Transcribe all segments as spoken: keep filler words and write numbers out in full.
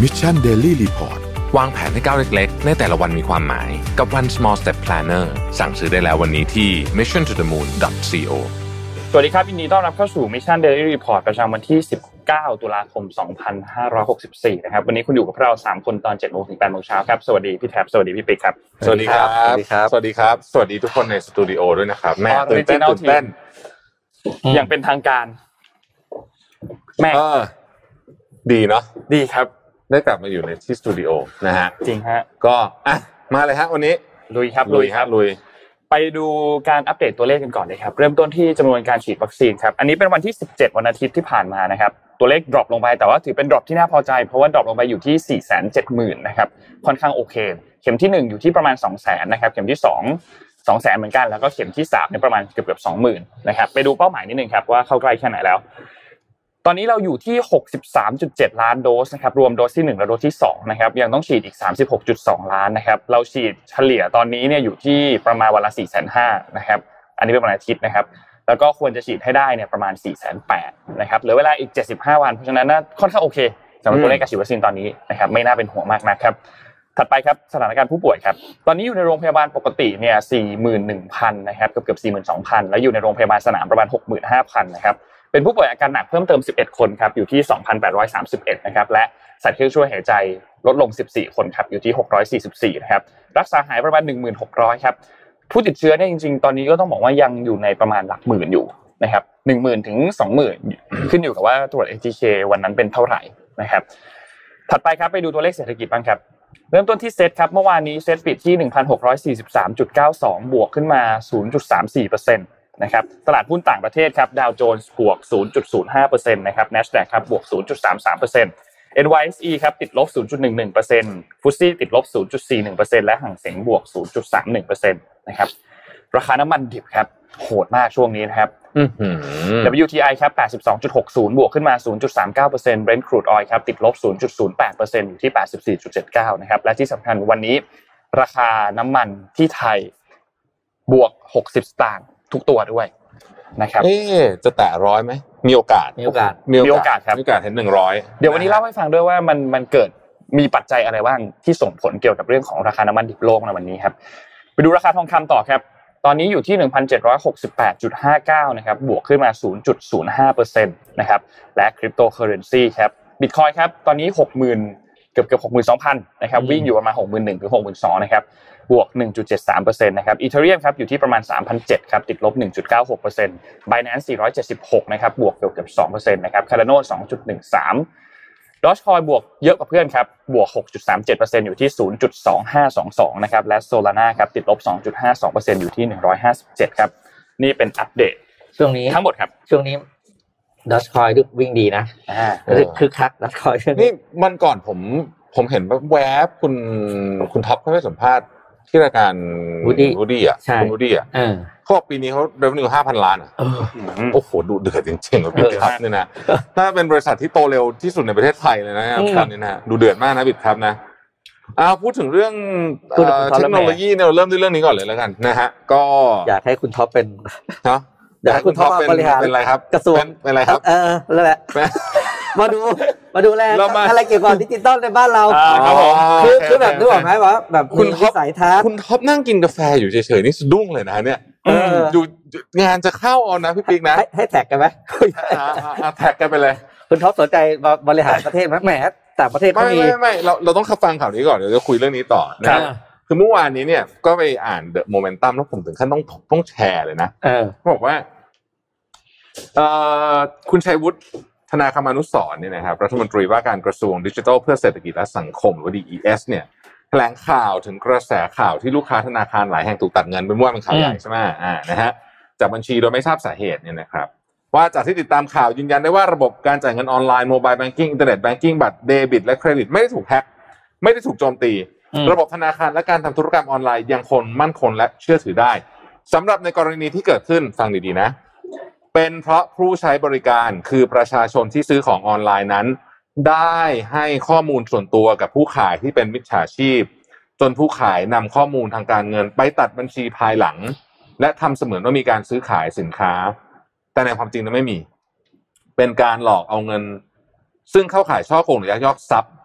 Mission Daily Report วางแผนให้ก้าวเล็กๆในแต่ละวันมีความหมายกับ One Small Step Planner สั่งซื้อได้แล้ววันนี้ที่ มิชชั่น ทู เดอะ มูน ดอท ซี โอสวัสดีครับยินดีต้อนรับเข้าสู่ Mission Daily Report ประจำวันที่สิบเก้าตุลาคมสองพันห้าร้อยหกสิบสี่นะครับวันนี้คุณอยู่กับเราสามคนตอน เจ็ดโมง ถึง แปดโมง เช้าครับสวัสดีพี่แท็บสวัสดีพี่ปิ๊กครับสวัสดีครับสวัสดีครับสวัสดีครับสวัสดีทุกคนในสตูดิโอด้วยนะครับแม่ตื่นเต้นตื่นเต้นอย่างเป็นทางการแม่ดีเนาะดีครับได้กลับมาอยู่ในที่สตูดิโอนะฮะจริงฮะก็อ่ะมาเลยฮะวันนี้ลุยครับลุยครับลุยไปดูการอัปเดตตัวเลขกันก่อนเลยครับเริ่มต้นที่จำนวนการฉีดวัคซีนครับอันนี้เป็นวันที่สิบเจ็ดวันอาทิตย์ที่ผ่านมานะครับตัวเลขดรอปลงไปแต่ว่าถือเป็นดรอปที่น่าพอใจเพราะว่าดรอปลงไปอยู่ที่ สี่แสนเจ็ดหมื่น นะครับค่อนข้างโอเคเข็มที่หนึ่งอยู่ที่ประมาณ สองแสน นะครับเข็มที่สอง สองแสนเหมือนกันแล้วก็เข็มที่สามเนี่ยประมาณเกือบๆ สองหมื่น นะครับไปดูเป้าหมายนิดนึงครับว่าเข้าใกล้แค่ไหนแล้วตอนนี้เราอยู่ที่ หกสิบสามจุดเจ็ด ล้านโดสนะครับรวมโดสที่หนึ่งและโดสที่สองนะครับยังต้องฉีดอีก สามสิบหกจุดสอง ล้านนะครับเราฉีดเฉลี่ยตอนนี้เนี่ยอยู่ที่ประมาณวันละ สี่แสนห้าหมื่น นะครับอันนี้เป็นวันอาทิตย์นะครับแล้วก็ควรจะฉีดให้ได้เนี่ยประมาณ สี่แสนแปดหมื่น นะครับเหลือเวลาอีกเจ็ดสิบห้าวันเพราะฉะนั้นค่อนข้างโอเคสำหรับตัวเลขการฉีดวัคซีนตอนนี้นะครับไม่น่าเป็นห่วงมากนะครับถัดไปครับสถานการณ์ผู้ป่วยครับตอนนี้อยู่ในโรงพยาบาลปกติเนี่ย สี่หมื่นหนึ่งพัน นะครับเกือบๆ สี่หมื่นสองพัน แล้วอยู่ในโรงพยาบาลสนามประมาณ หกหมื่นห้าพัน นะครับเป็นผู้ป่วยอาการหนักเพิ่มเติมสิบเอ็ดคนครับอยู่ที่ สองพันแปดร้อยสามสิบเอ็ด นะครับและใส่เครื่องช่วยหายใจลดลงสิบสี่คนครับอยู่ที่หกร้อยสี่สิบสี่นะครับรักษาหายประมาณ หนึ่งพันหกร้อย ครับผู้ติดเชื้อเนี่ยจริงๆตอนนี้ก็ต้องบอกว่ายังอยู่ในประมาณหลักหมื่นอยู่นะครับ หนึ่งหมื่น ถึง สองหมื่น ขึ้นอยู่กับว่าตรวจ เอ ที เค วันนั้นเป็นเท่าไหร่นะครับถัดไปครับไปดูตัวเลขเศรษฐกิจบ้างครับเริ่มต้นที่เซตครับเมื่อวานนี้เซตปิดที่ หนึ่งพันหกร้อยสี่สิบสามจุดเก้าสอง บวกขึ้นมา ศูนย์จุดสามสี่เปอร์เซ็นต์ นะครับตลาดหุ้นต่างประเทศครับดาวโจนส์บวก ศูนย์จุดศูนย์ห้าเปอร์เซ็นต์ นะครับ Nasdaq ครับบวก ศูนย์จุดสามสามเปอร์เซ็นต์ เอ็น วาย เอส อี ครับติดลบ ศูนย์จุดหนึ่งหนึ่งเปอร์เซ็นต์ ฟุตซี่ติดลบ ศูนย์จุดสี่หนึ่งเปอร์เซ็นต์ และหั่งเส็งบวก ศูนย์จุดสามหนึ่งเปอร์เซ็นต์ นะครับราคาน้ำมันดิบครับโหดมากช่วงนี้นะครับอื้อหือดับเบิลยู ที ไอ ครับ แปดสิบสองจุดหกศูนย์ บวกขึ้นมา ศูนย์จุดสามเก้าเปอร์เซ็นต์ Brent crude oil ครับติดลบ ศูนย์จุดศูนย์แปดเปอร์เซ็นต์ อยู่ที่ แปดสิบสี่จุดเจ็ดเก้า นะครับและที่สำคัญวันนี้ราคาน้ำมันที่ไทยบวกหกสิบสตางค์ทุกตัวด้วยนะครับเอ๊ะจะแตะหนึ่งร้อยมั้ยมีโอกาสมีโอกาสมีโอกาสครับมีโอกาสเห็นหนึ่งร้อยเดี๋ยววันนี้เล่าให้ฟังด้วยว่ามันมันเกิดมีปัจจัยอะไรบ้างที่ส่งผลเกี่ยวกับเรื่องของราคาน้ำมันดิบโลกในวันนี้ครับไปดูราคาทองคำต่อครับตอนนี้อยู่ที่ หนึ่งพันเจ็ดร้อยหกสิบแปดจุดห้าเก้า นะครับบวกขึ้นมา ศูนย์จุดศูนย์ห้าเปอร์เซ็นต์ นะครับและคริปโตเคอเรนซีครับ Bitcoin ครับตอนนี้ หกหมื่น เกือบๆ หกหมื่นสองพัน นะครับวิ่งอยู่ประมาณ หกหมื่นหนึ่งพัน ถึง หกหมื่นสองพัน นะครับบวก หนึ่งจุดเจ็ดสามเปอร์เซ็นต์ นะครับ Ethereum ครับอยู่ที่ประมาณ สามพันเจ็ดร้อย ครับติดลบ หนึ่งจุดเก้าหกเปอร์เซ็นต์ Binance สี่ร้อยเจ็ดสิบหกนะครับบวกเกือบๆ สองเปอร์เซ็นต์ นะครับ Cardano สองจุดหนึ่งสามDogecoin บวกเยอะกว่าเพื่อนครับบวก หกจุดสามเจ็ดเปอร์เซ็นต์ อยู่ที่ ศูนย์จุดสองห้าสองสอง นะครับและ Solana ครับติดลบ สองจุดห้าสองเปอร์เซ็นต์ อยู่ที่หนึ่งร้อยห้าสิบเจ็ดครับนี่เป็นอัปเดตช่วงนี้ทั้งหมดครับช่วงนี้ Dogecoin วิ่งดีนะอ่าคือคัก Dogecoin นี่มันก่อนผมผมเห็นแวบๆคุณคุณท็อปเขาให้สัมภาษณ์ที่รายการ Woody Woody อ่ะคุณ Woody อ่ะเออเขาบอกปีนี้เขา revenue ห้าพัน ล้านอ่ะโอ้โหดูเดือดจริงๆบิตครับเนี่ยนะถ้าเป็นบริษัทที่โตเร็วที่สุดในประเทศไทยเลยนะครับตอนนี้นะดูเดือดมากนะบิตครับนะอ้าวพูดถึงเรื่องเทคโนโลยีเนี่ยเราเริ่มด้วยเรื่องนี้ก่อนเลยแล้วกันนะฮะก็อยากให้คุณท็อปเป็นเนาะอยากให้คุณท็อปบริหารเป็นอะไรครับกระทรวงเป็นอะไรครับเออนั่นแหละมาดูมาดูแลอะไรเกี่ยวกับดิจิตอลในบ้านเราครับผมคือคือแบบนึกออกมั้ยว่าแบบคุณท็อปสายทัศน์คุณท็อปนั่งกินกาแฟอยู่เฉยๆนี่สะดุ้งเลยนะเนี่ยอยู่งานจะเข้าเอานะพี่ปิ๊กนะให้แท็กกันมั้ยอ่าแท็กกันไปเลยคุณท็อปสนใจบริหารประเทศมั้ยแหมต่างประเทศก็มีไม่ๆๆเราเราต้องฟังข่าวนี้ก่อนเดี๋ยวจะคุยเรื่องนี้ต่อนะคือเมื่อวานนี้เนี่ยก็ไปอ่าน The Momentum แล้วผมถึงขั้นต้องต้องแชร์เลยนะเออบอกว่าเอ่อคุณชัยวุฒิธนาคมานุสรณ์เนี่ยนะครับรัฐมนตรีว่าการกระทรวงดิจิทัลเพื่อเศรษฐกิจและสังคมหรือว่า ดี อี เอส เนี่ยแถลงข่าวถึงกระแสข่าวที่ลูกค้าธนาคารหลายแห่งถูกตัดเงินเป็นว่าเป็นข่าวใหญ่ใช่ไหมอ่านะฮะจากบัญชีโดยไม่ทราบสาเหตุเนี่ยนะครับว่าจากที่ติดตามข่าวยืนยันได้ว่าระบบการจ่ายเงินออนไลน์โมบายแบงกิ้งอินเทอร์เน็ตแบงกิ้งบัตรเดบิตและเครดิตไม่ได้ถูกแฮ็กไม่ได้ถูกโจมตีระบบธนาคารและการทำธุรกรรมออนไลน์ยังคงมั่นคงและเชื่อถือได้สำหรับในกรณีที่เกิดขึ้นฟังดีๆนะเป็นเพราะผู้ใช้บริการคือประชาชนที่ซื้อของออนไลน์นั้นได้ให้ข้อมูลส่วนตัวกับผู้ขายที่เป็นมิจฉาชีพจนผู้ขายนำข้อมูลทางการเงินไปตัดบัญชีภายหลังและทำเสมือนว่ามีการซื้อขายสินค้าแต่ในความจริงนั้นไม่มีเป็นการหลอกเอาเงินซึ่งเข้าข่ายฉ้อโกงหรือยักยอกทรัพย์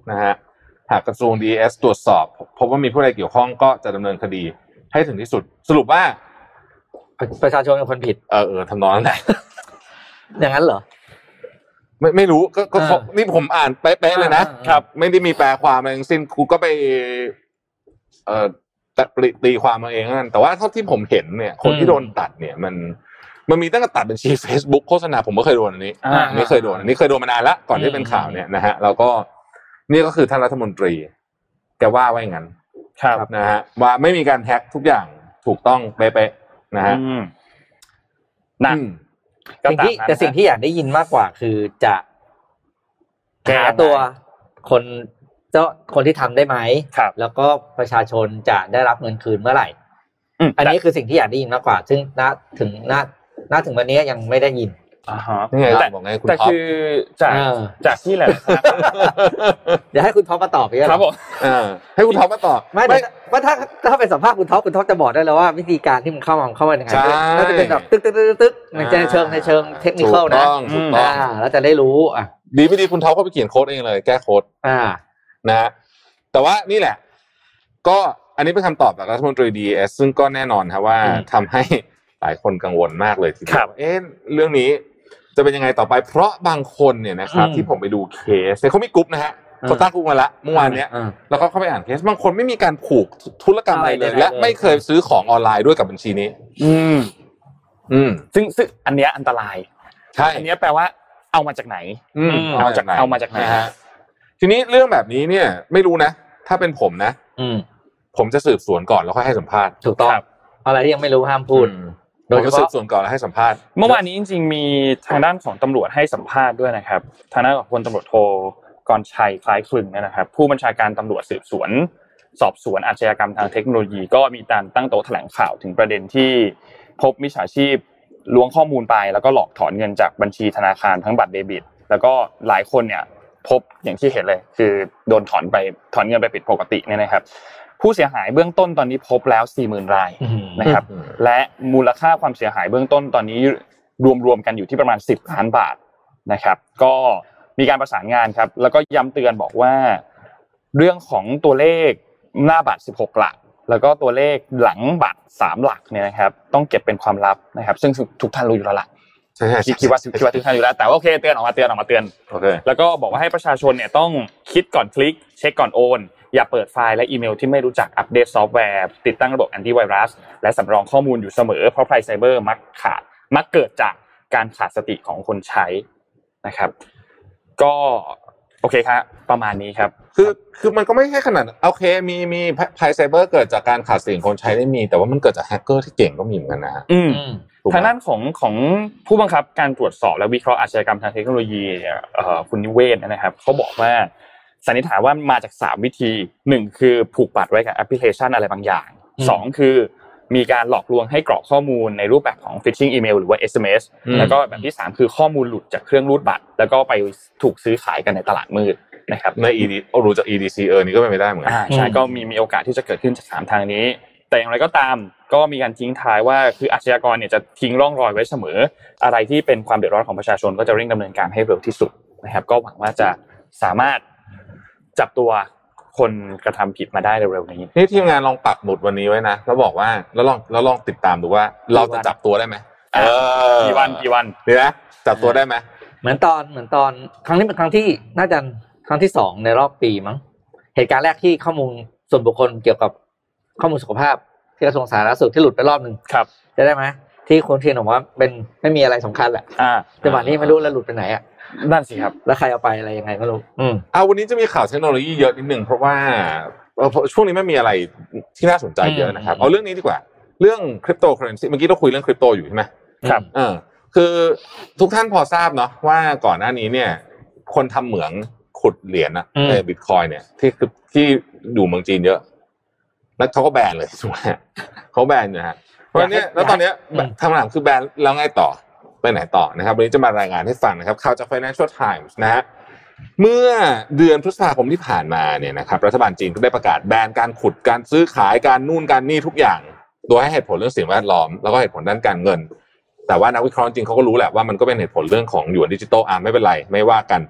นะฮะหากกระทรวง ดี อี เอส ตรวจสอบพบว่ามีผู้ใดเกี่ยวข้องก็จะดำเนินคดีให้ถึงที่สุดสรุปว่าประชาชนเป็นคนผิดเออเออทำนองนั้นแหละอย่างนั้นเหรอไม่ไม่รู้ก็ก็นี่ผมอ่านเป๊ะๆเลยนะครับไม่ได้มีแปลความอะไรทั้งสิ้นครูก็ไปเอ่อตีความมาเองนั่นแต่ว่าเท่าที่ผมเห็นเนี่ยคนที่โดนตัดเนี่ยมันมันมีตั้งแต่ตัดบัญชี Facebook โฆษณาผมก็เคยโดนอันนี้ไม่เคยโดนอันนี้เคยโดนมานานละก่อนที่เป็นข่าวเนี่ยนะฮะแล้วก็นี่ก็คือท่านรัฐมนตรีแกว่าไว้งั้นครับนะฮะว่าไม่มีการแฮ็กทุกอย่างถูกต้องเป๊ะๆนะฮะนั่นสิ่งที่แต่สิ่งที่อยากได้ยินมากกว่าคือจะหาตัวคนเจ้าคนที่ทำได้ไหมแล้วก็ประชาชนจะได้รับเงินคืนเมื่อไหร่อันนี้คือสิ่งที่อยากได้ยินมากกว่าซึ่งณถึงณณถึงวันนี้ยังไม่ได้ยินอ่าฮะแต่แต่คือจากจากที่แหละเดี๋ยวให้คุณท็อปมาตอบพี่ครับผมให้คุณท็อปมาตอบไม่ว่าถ้าถ้าเป็นสัมภาษณ์คุณท็อปคุณท็อปจะบอกได้แล้วว่าวิธีการที่มันเข้ามาเข้ามายังไงน่าจะเป็นแบบตึ๊กตึ๊กตึ๊กตึ๊กในเชิงในเชิงเทคนิคนะถูกต้องถูกต้องแล้วจะได้รู้อ่ะดีไม่ดีคุณท็อปก็ไปเขียนโค้ดเองเลยแก้โค้ดอ่านะแต่ว่านี่แหละก็อันนี้เป็นคำตอบจากรัฐมนตรี ดี อี เอส ซึ่งก็แน่นอนครับว่าทำให้หลายคนกังวลมากเลยทีเดียวเอ๊ะเรื่องนี้จะเป็นยังไงต่อไปเพราะบางคนเนี่ยนะครับที่ผมไปดูเคสเขามีกรุ๊ปนะฮะเขาตั้งกรุ๊ปมาละเมื่อวานเนี้ยแล้วก็เข้าไปอ่านเคสบางคนไม่มีการผูกธุรกรรมอะไรเลยและไม่เคยซื้อของออนไลน์ด้วยกับบัญชีนี้อืมอืมซึ่งซึ่งอันเนี้ยอันตรายใช่อันเนี้ยแปลว่าเอามาจากไหนอืมเอามาจากไหนเอามาจากไหนฮะทีนี้เรื่องแบบนี้เนี่ยไม่รู้นะถ้าเป็นผมนะอืมผมจะสืบสวนก่อนแล้วค่อยให้สัมภาษณ์ถูกต้องอะไรที่ยังไม่รู้ห้ามพูดโดยเฉพาะสืบสวนก่อนแล้วให้สัมภาษณ์เมื่อวานนี้จริงๆมีทางด้านของตำรวจให้สัมภาษณ์ด้วยนะครับทางด้านของพลตำรวจโทกรชัยคล้ายคลึงนะครับผู้บัญชาการตำรวจสืบสวนสอบสวนอาชญากรรมทางเทคโนโลยีก็มีการตั้งโต๊ะแถลงข่าวถึงประเด็นที่พบมิจฉาชีพล้วงข้อมูลไปแล้วก็หลอกถอนเงินจากบัญชีธนาคารทั้งบัตรเดบิตแล้วก็หลายคนเนี่ยพบอย่างที่เห็นเลยคือโดนถอนไปถอนเงินไปผิดปกติเนี่ยนะครับผู้เสียหายเบื้องต้นตอนนี้พบแล้ว สี่หมื่น รายนะครับและมูลค่าความเสียหายเบื้องต้นตอนนี้รวมๆกันอยู่ที่ประมาณสิบล้านบาทนะครับก็มีการประสานงานครับแล้วก็ย้ำเตือนบอกว่าเรื่องของตัวเลขหน้าบัตรสิบหกหลักแล้วก็ตัวเลขหลังบัตรสามหลักเนี่ยนะครับต้องเก็บเป็นความลับนะครับซึ่งทุกท่านรู้อยู่แล้วล่ะใช่ๆคิดว่าคิดว่าทุกท่านรู้แล้วแต่ว่าโอเคเตือนออกมาเตือนออกมาเตือนโอเคแล้วก็บอกว่าให้ประชาชนเนี่ยต้องคิดก่อนคลิกเช็คก่อนโอนอย่าเปิดไฟล์และอีเมลที่ไม่รู้จักอัปเดตซอฟต์แวร์ติดตั้งระบบแอนตี้ไวรัสและสำรองข้อมูลอยู่เสมอเพราะภัยไซเบอร์มักขาดมักเกิดจากการขาดสติของคนใช้นะครับก็โอเคครับประมาณนี้ครับคือคือมันก็ไม่ใช่ขนาดโอเคมีมีภัยไซเบอร์เกิดจากการขาดสติของคนใช้ได้มีแต่ว่ามันเกิดจากแฮกเกอร์ที่เก่งก็มีเหมือนกันนะฮะอืมทางด้านของของผู้บังคับการตรวจสอบและวิเคราะห์อาชญากรรมทางเทคโนโลยีเอ่อคุณนิเวศนะครับเขาบอกว่าสันนิษฐานว่ามาจากสามวิธีหนึ่งคือผูกบัตรไว้กับแอปพลิเคชันอะไรบางอย่างสองคือมีการหลอกลวงให้กรอกข้อมูลในรูปแบบของ phishing email หรือว่า เอส เอ็ม เอส แล้วก็แบบที่สามคือข้อมูลหลุดจากเครื่องรูดบัตรแล้วก็ไปถูกซื้อขายกันในตลาดมืดนะครับใน อี ดี รู้จาก อี ดี ซี เออนี่ก็เป็นไปได้เหมือนกันอ่าใช่ก็มีมีโอกาสที่จะเกิดขึ้นจากสามทางนี้แต่อย่างไรก็ตามก็มีการทิ้งท้ายว่าคืออาชญากรเนี่ยจะทิ้งร่องรอยไว้เสมออะไรที่เป็นความเดือดร้อนของประชาชนก็จะเร่งดำเนินการให้เร็วที่สุดนะครับก็หวังว่าจะสามารถจับตัวคนกระทำผิดมาได้เร็วๆนี้นี่ทีมงานลองปักหมุดวันนี้ไว้นะแล้วบอกว่าแล้วลองแล้วลองติดตามดูว่าเราจะจับตัวได้ไหมเออกี่วันกี่วันดีนะจับตัวได้ไหมเหมือนตอนเหมือนตอนครั้งนี้เป็นครั้งที่น่าจะครั้งที่สองในรอบปีมั้งเหตุการณ์แรกที่ข้อมูลส่วนบุคคลเกี่ยวกับข้อมูลสุขภาพที่กระทรวงสาธารณสุขที่หลุดไปรอบนึงครับจะได้ไหมที่คนเทียนบอกว่าเป็นไม่มีอะไรสำคัญแหละอ่าแต่วันนี้ไม่รู้แล้วหลุดไปไหนอ่ะนั่นสิครับแล้วใครเอาไปอะไรยังไงไม่รู้อืมเอาวันนี้จะมีข่าวเทคโนโลยีเยอะนิดนึงเพราะว่าช่วงนี้ไม่มีอะไรที่น่าสนใจเยอะนะครับเอาเรื่องนี้ดีกว่าเรื่องคริปโตเคอเรนซีเมื่อกี้เราคุยเรื่องคริปโตอยู่ใช่ไหมครับเออคือทุกท่านพอทราบเนาะว่าก่อนหน้านี้เนี่ยคนทำเหมืองขุดเหรียญนะในบิตคอยเนี่ยที่คือที่อยู่เมืองจีนเยอะแล้วเขาก็แบนเลยถูกไหมเขาแบนนะฮะเพราะนี้แล้วตอนนี้ทางหลังคือแบนแล้วไงต่อไปไหนต่อนะครับวันนี้จะมารายงานให้ฟังนะครับข่าวจาก Financial Times นะฮะเมื่อเดือนพฤษภาคมที่ผ่านมาเนี่ยนะครับรัฐบาลจีนก็ได้ประกาศแบนการขุดการซื้อขายการนู่นการนี่ทุกอย่างโดยให้เหตุผลเรื่องสิ่งแวดล้อมแล้วก็เหตุผลด้านการเงินแต่ว่านักวิเคราะห์จริงเขาก็รู้แหละว่ามันก็เป็นเหตุผลเรื่องของหยวนดิจิตอลอ่ะไม่เป็นไรไม่ว่ากัน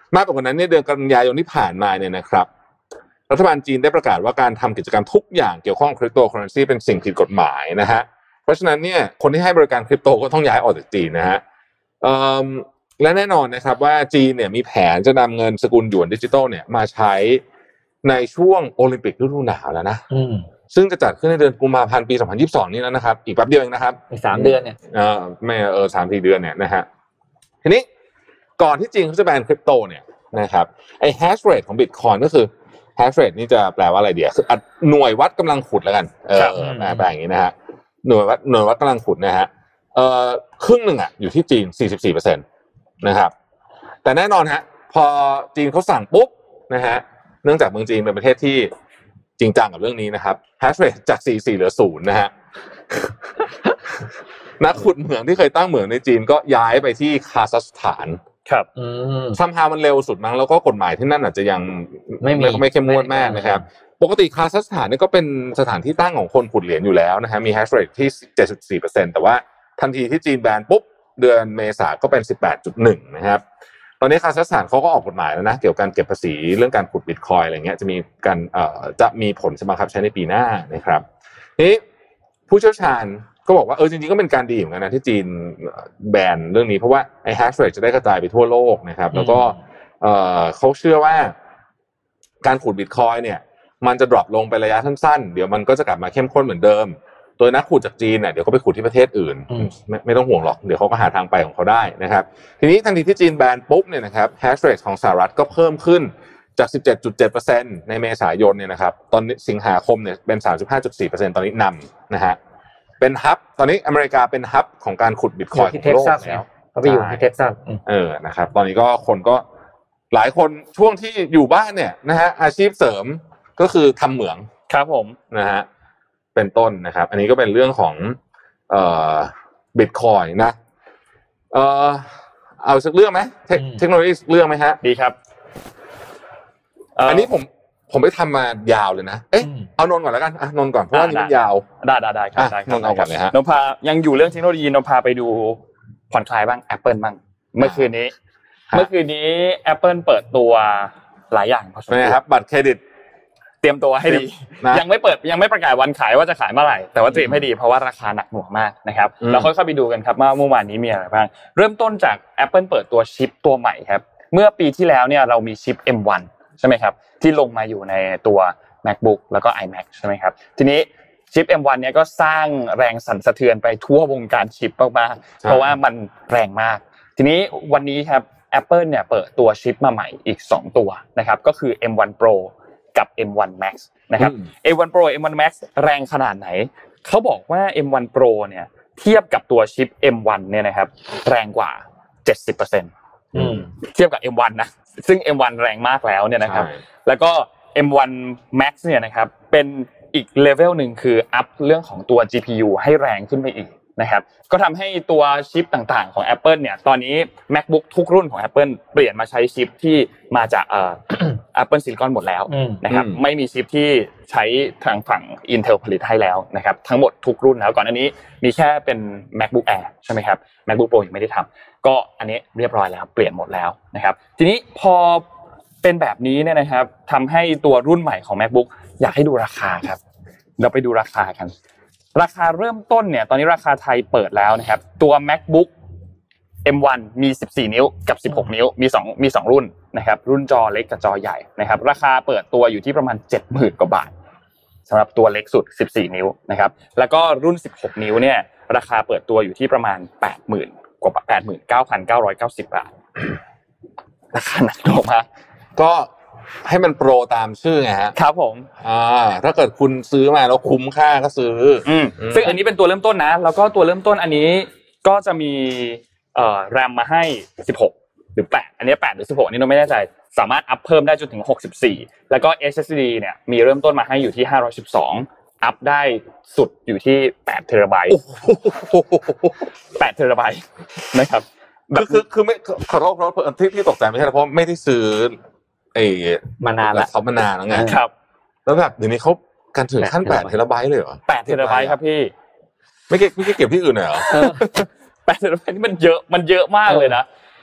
มากกว่านั้นเนี่ยเดือนกันยายนที่ผ่านมาเนี่ยนะครับรัฐบาลจีนได้ประกาศว่าการทำกิจกรรมทุกอย่างเกี่ยวข้องกับคริปโตเคอเรนซีเป็นสิ่งผิดกฎหมายนะฮะเพราะฉะนั้นเนี่ยคนที่ให้บริการคริปโตก็ต้องย้ายออกจากจีนนะฮะและแน่นอนนะครับว่าจีนเนี่ยมีแผนจะนำเงินสกุลหยวนดิจิตอลเนี่ยมาใช้ในช่วงโอลิมปิกฤดูหนาวแล้วนะซึ่งจะจัดขึ้นในเดือนกุมภาพันธ์ปีสองพันยี่สิบสองนี้แล้วนะครับอีกแป๊บเดียวเองนะครับอีกสามเดือนเนี่ยเออไม่เออสามสี่เดือนเนี่ยนะฮะทีนี้ก่อนที่จีนเขาจะแบนคริปโตเนี่ยนะครับไอ้แฮชเรทของ Bitcoin ก็คือแฮชเรทนี่จะแปลว่าอะไรเดียวคือหน่วยวัดกำลังขุดแล้วกันเออแปลอย่างนี้นะฮะหน่วยวัดหน่วยวัดกำลังขุดนะฮะเอ่อครึ่งหนึ่งอ่ะอยู่ที่จีน สี่สิบสี่เปอร์เซ็นต์ นะครับแต่แน่นอนฮะพอจีนเขาสั่งปุ๊บนะฮะเนื่องจากเมืองจีนเป็นประเทศที่จริงจังกับเรื่องนี้นะครับแฮชเรทจากสี่สิบสี่เหลือศูนย์นะฮะนักขุดเหมืองที่เคยตั้งเหมืองในจีนก็ย้ายไปที่คาซัคสถานครับซัมฮาวมันเร็วสุดมั้งแล้วก็กฎหมายที่นั่นอาจจะยังไม่ไม่เข้มงวดมากนะครับปกติคาซัคสถานนี่ก็เป็นสถานที่ตั้งของคนขุดเหรียญอยู่แล้วนะฮะมีแฮชเรทที่ เจ็ดสิบสี่เปอร์เซ็นต์ แต่ว่าทันทีที่จีนแบนปุ๊บเดือนเมษาก็เป็น สิบแปดจุดหนึ่ง นะครับตอนนี้คาซัคสถานเขาก็ออกกฎหมายแล้วนะเกี่ยวกับการเก็บภาษีเรื่องการขุด Bitcoin อะไรเงี้ยจะมีการเอ่อจะมีผลบังคับใช้ในปีหน้านะครับนี้ผู้เชี่ยวชาญก็บอกว่าเออจริงๆก็เป็นการดีเหมือนกันนะที่จีนแบนเรื่องนี้เพราะว่าไอ้แฮชเรทจะได้กระจายไปทั่วโลกนะครับแล้วก็เอ่อเขาเชื่อว่าการขุด Bitcoin เนี่ยมันจะดรอปลงไประยะสั้นๆเดี๋ยวมันก็จะกลับมาเข้มข้นเหมือนเดิมโดยนักขุดจากจีนเนี่ยเดี๋ยวเขาไปขุดที่ประเทศอื่นไม่ไม่ต้องห่วงหรอกเดี๋ยวเขาก็หาทางไปของเขาได้นะครับทีนี้ทันทีที่จีนแบนปุ๊บเนี่ยนะครับแฮชเรทของสหรัฐก็เพิ่มขึ้นจาก สิบเจ็ดจุดเจ็ดเปอร์เซ็นต์ ในเมษายนเนี่ยนะครับตอนสิงหาคมเนี่ยเป็น สามสิบห้าจุดสี่เปอร์เซ็นต์ ตอนนี้นำนะฮะเป็นฮับตอนนี้อเมริกาเป็นฮับของการขุด Bitcoin ของโลกแล้วเขาไปอยู่ที่เท็กซัสเออนะครับตอนนี้ก็คนก็หลายคนช่วงที่อยู่บ้านเนี่ยนะฮะอาชีพเสริมก็คือทำเหมืองครับผมนะฮะเป็นต้นนะครับอันนี้ก็เป็นเรื่องของเอ่อ Bitcoin นะเอ่อเอาสักเรื่องไหมเทคโนโลยีเรื่องไหมฮะดีครับอันนี้ผมผมไปทำมายาวเลยนะเอ๊ะเอานนท์ก่อนแล้วกันอ่ะนนท์ก่อนเพราะว่านี่มันยาวได้ได้ได้ครับได้นนท์เอาก่อนเลยฮะนนท์พายังอยู่เรื่องเทคโนโลยีนนท์พาไปดูผ่อนคลายบ้าง Apple บ้างเมื่อคืนนี้เมื่อคืนนี้ Apple เปิดตัวหลายอย่างพอสมควรนะครับบัตรเครดิตเตรียมตัวให้ดียังไม่เปิดยังไม่ประกาศวันขายว่าจะขายเมื่อไหร่แต่ว่าเตรียมให้ดีเพราะว่าราคาหนักหน่วงมากนะครับเราค่อยๆไปดูกันครับว่าเมื่อวานนี้มีอะไรบ้างเริ่มต้นจาก Apple เปิดตัวชิปตัวใหม่ครับเมื่อปีที่แล้วเนี่ยเรามีชิป เอ็ม วัน ใช่มั้ยครับที่ลงมาอยู่ในตัว MacBook แล้วก็ iMac ใช่มั้ยครับทีนี้ชิป เอ็ม วัน เนี่ยก็สร้างแรงสั่นสะเทือนไปทั่ววงการชิปมากๆเพราะว่ามันแรงมากทีนี้วันนี้ครับ Apple เนี่ยเปิดตัวชิปมาใหม่อีกสองตัวนะครับก็คือ เอ็ม วัน Proกับ เอ็ม วัน Max นะครับ เอ็ม วัน Pro เอ็ม วัน Max แรงขนาดไหนเขาบอกว่า เอ็ม วัน Pro เนี่ยเทียบกับตัวชิป เอ็ม วัน เนี่ยนะครับแรงกว่า เจ็ดสิบเปอร์เซ็นต์ อืมเทียบกับ เอ็ม วัน นะซึ่ง เอ็ม วัน แรงมากแล้วเนี่ยนะครับแล้วก็ เอ็ม วัน Max เนี่ยนะครับเป็นอีกเลเวลนึงคืออัพเรื่องของตัว จี พี ยู ให้แรงขึ้นไปอีกนะครับก็ทำให้ตัวชิปต่างๆของ Apple เนี่ยตอนนี้ MacBook ทุกรุ่นของ Apple เปลี่ยนมาใช้ชิปที่มาจากเอ่อ Apple Silicon หมดแล้วนะครับไม่มีชิปที่ใช้ทางฝั่ง Intel ผลิตให้แล้วนะครับทั้งหมดทุกรุ่นแล้วก่อนอันนี้มีแค่เป็น MacBook Air ใช่มั้ยครับ MacBook Pro ยังไม่ได้ทำก็อันนี้เรียบร้อยแล้วเปลี่ยนหมดแล้วนะครับทีนี้พอเป็นแบบนี้เนี่ยนะครับทำให้ตัวรุ่นใหม่ของ MacBook อยากให้ดูราคาครับเราไปดูราคากันราคาเริ่มต้นเนี่ยตอนนี้ราคาไทยเปิดแล้วนะครับตัว MacBook เอ็ม วัน มีสิบสี่นิ้วกับสิบหกนิ้วมีสองมีสองรุ่นนะครับรุ่นจอเล็กกับจอใหญ่นะครับราคาเปิดตัวอยู่ที่ประมาณ เจ็ดหมื่น กว่าบาทสำหรับตัวเล็กสุดสิบสี่นิ้วนะครับแล้วก็รุ่นสิบหกนิ้วเนี่ยราคาเปิดตัวอยู่ที่ประมาณ แปดหมื่น กว่า แปดหมื่นเก้าพันเก้าร้อยเก้าสิบ บาทราคาหนักลงมาก็ให้มันโปรตามชื่อไงฮะครับผมอ่าถ้าเกิดคุณซื้อมาแล้วคุ้มค่าก็ซื้ออืมซึ่งอันนี้เป็นตัวเริ่มต้นนะแล้วก็ตัวเริ่มต้นอันนี้ก็จะมีเอ่อ RAM มาให้สิบหกหรือแปดอันนี้แปดหรือสิบหกนี่เราไม่แน่ใจสามารถอัพเพิ่มได้จนถึงหกสิบสี่แล้วก็ เอส เอส ดี เนี่ยมีเริ่มต้นมาให้อยู่ที่ห้าร้อยสิบสองอัพได้สุดอยู่ที่แปดเทราไบต์แปดเทราไบต์นะครับคือคือไม่ขอโทษเพราะที่ที่ตกใจไม่ใช่เพราะไม่ได้ซื้อไอ้มานานแล้วเขามานานแล้วไงครับแล้วแบบเดี๋ยวนี้เขากันถึงขั้นแปดเทราไบต์เลยเหรอแปดเทราไบต์ครับพี่ไม่เก็บไม่เก็บที่อื่นเหรอแปดเทราไบต์นี่มันเยอะมันเยอะมากเลยนะ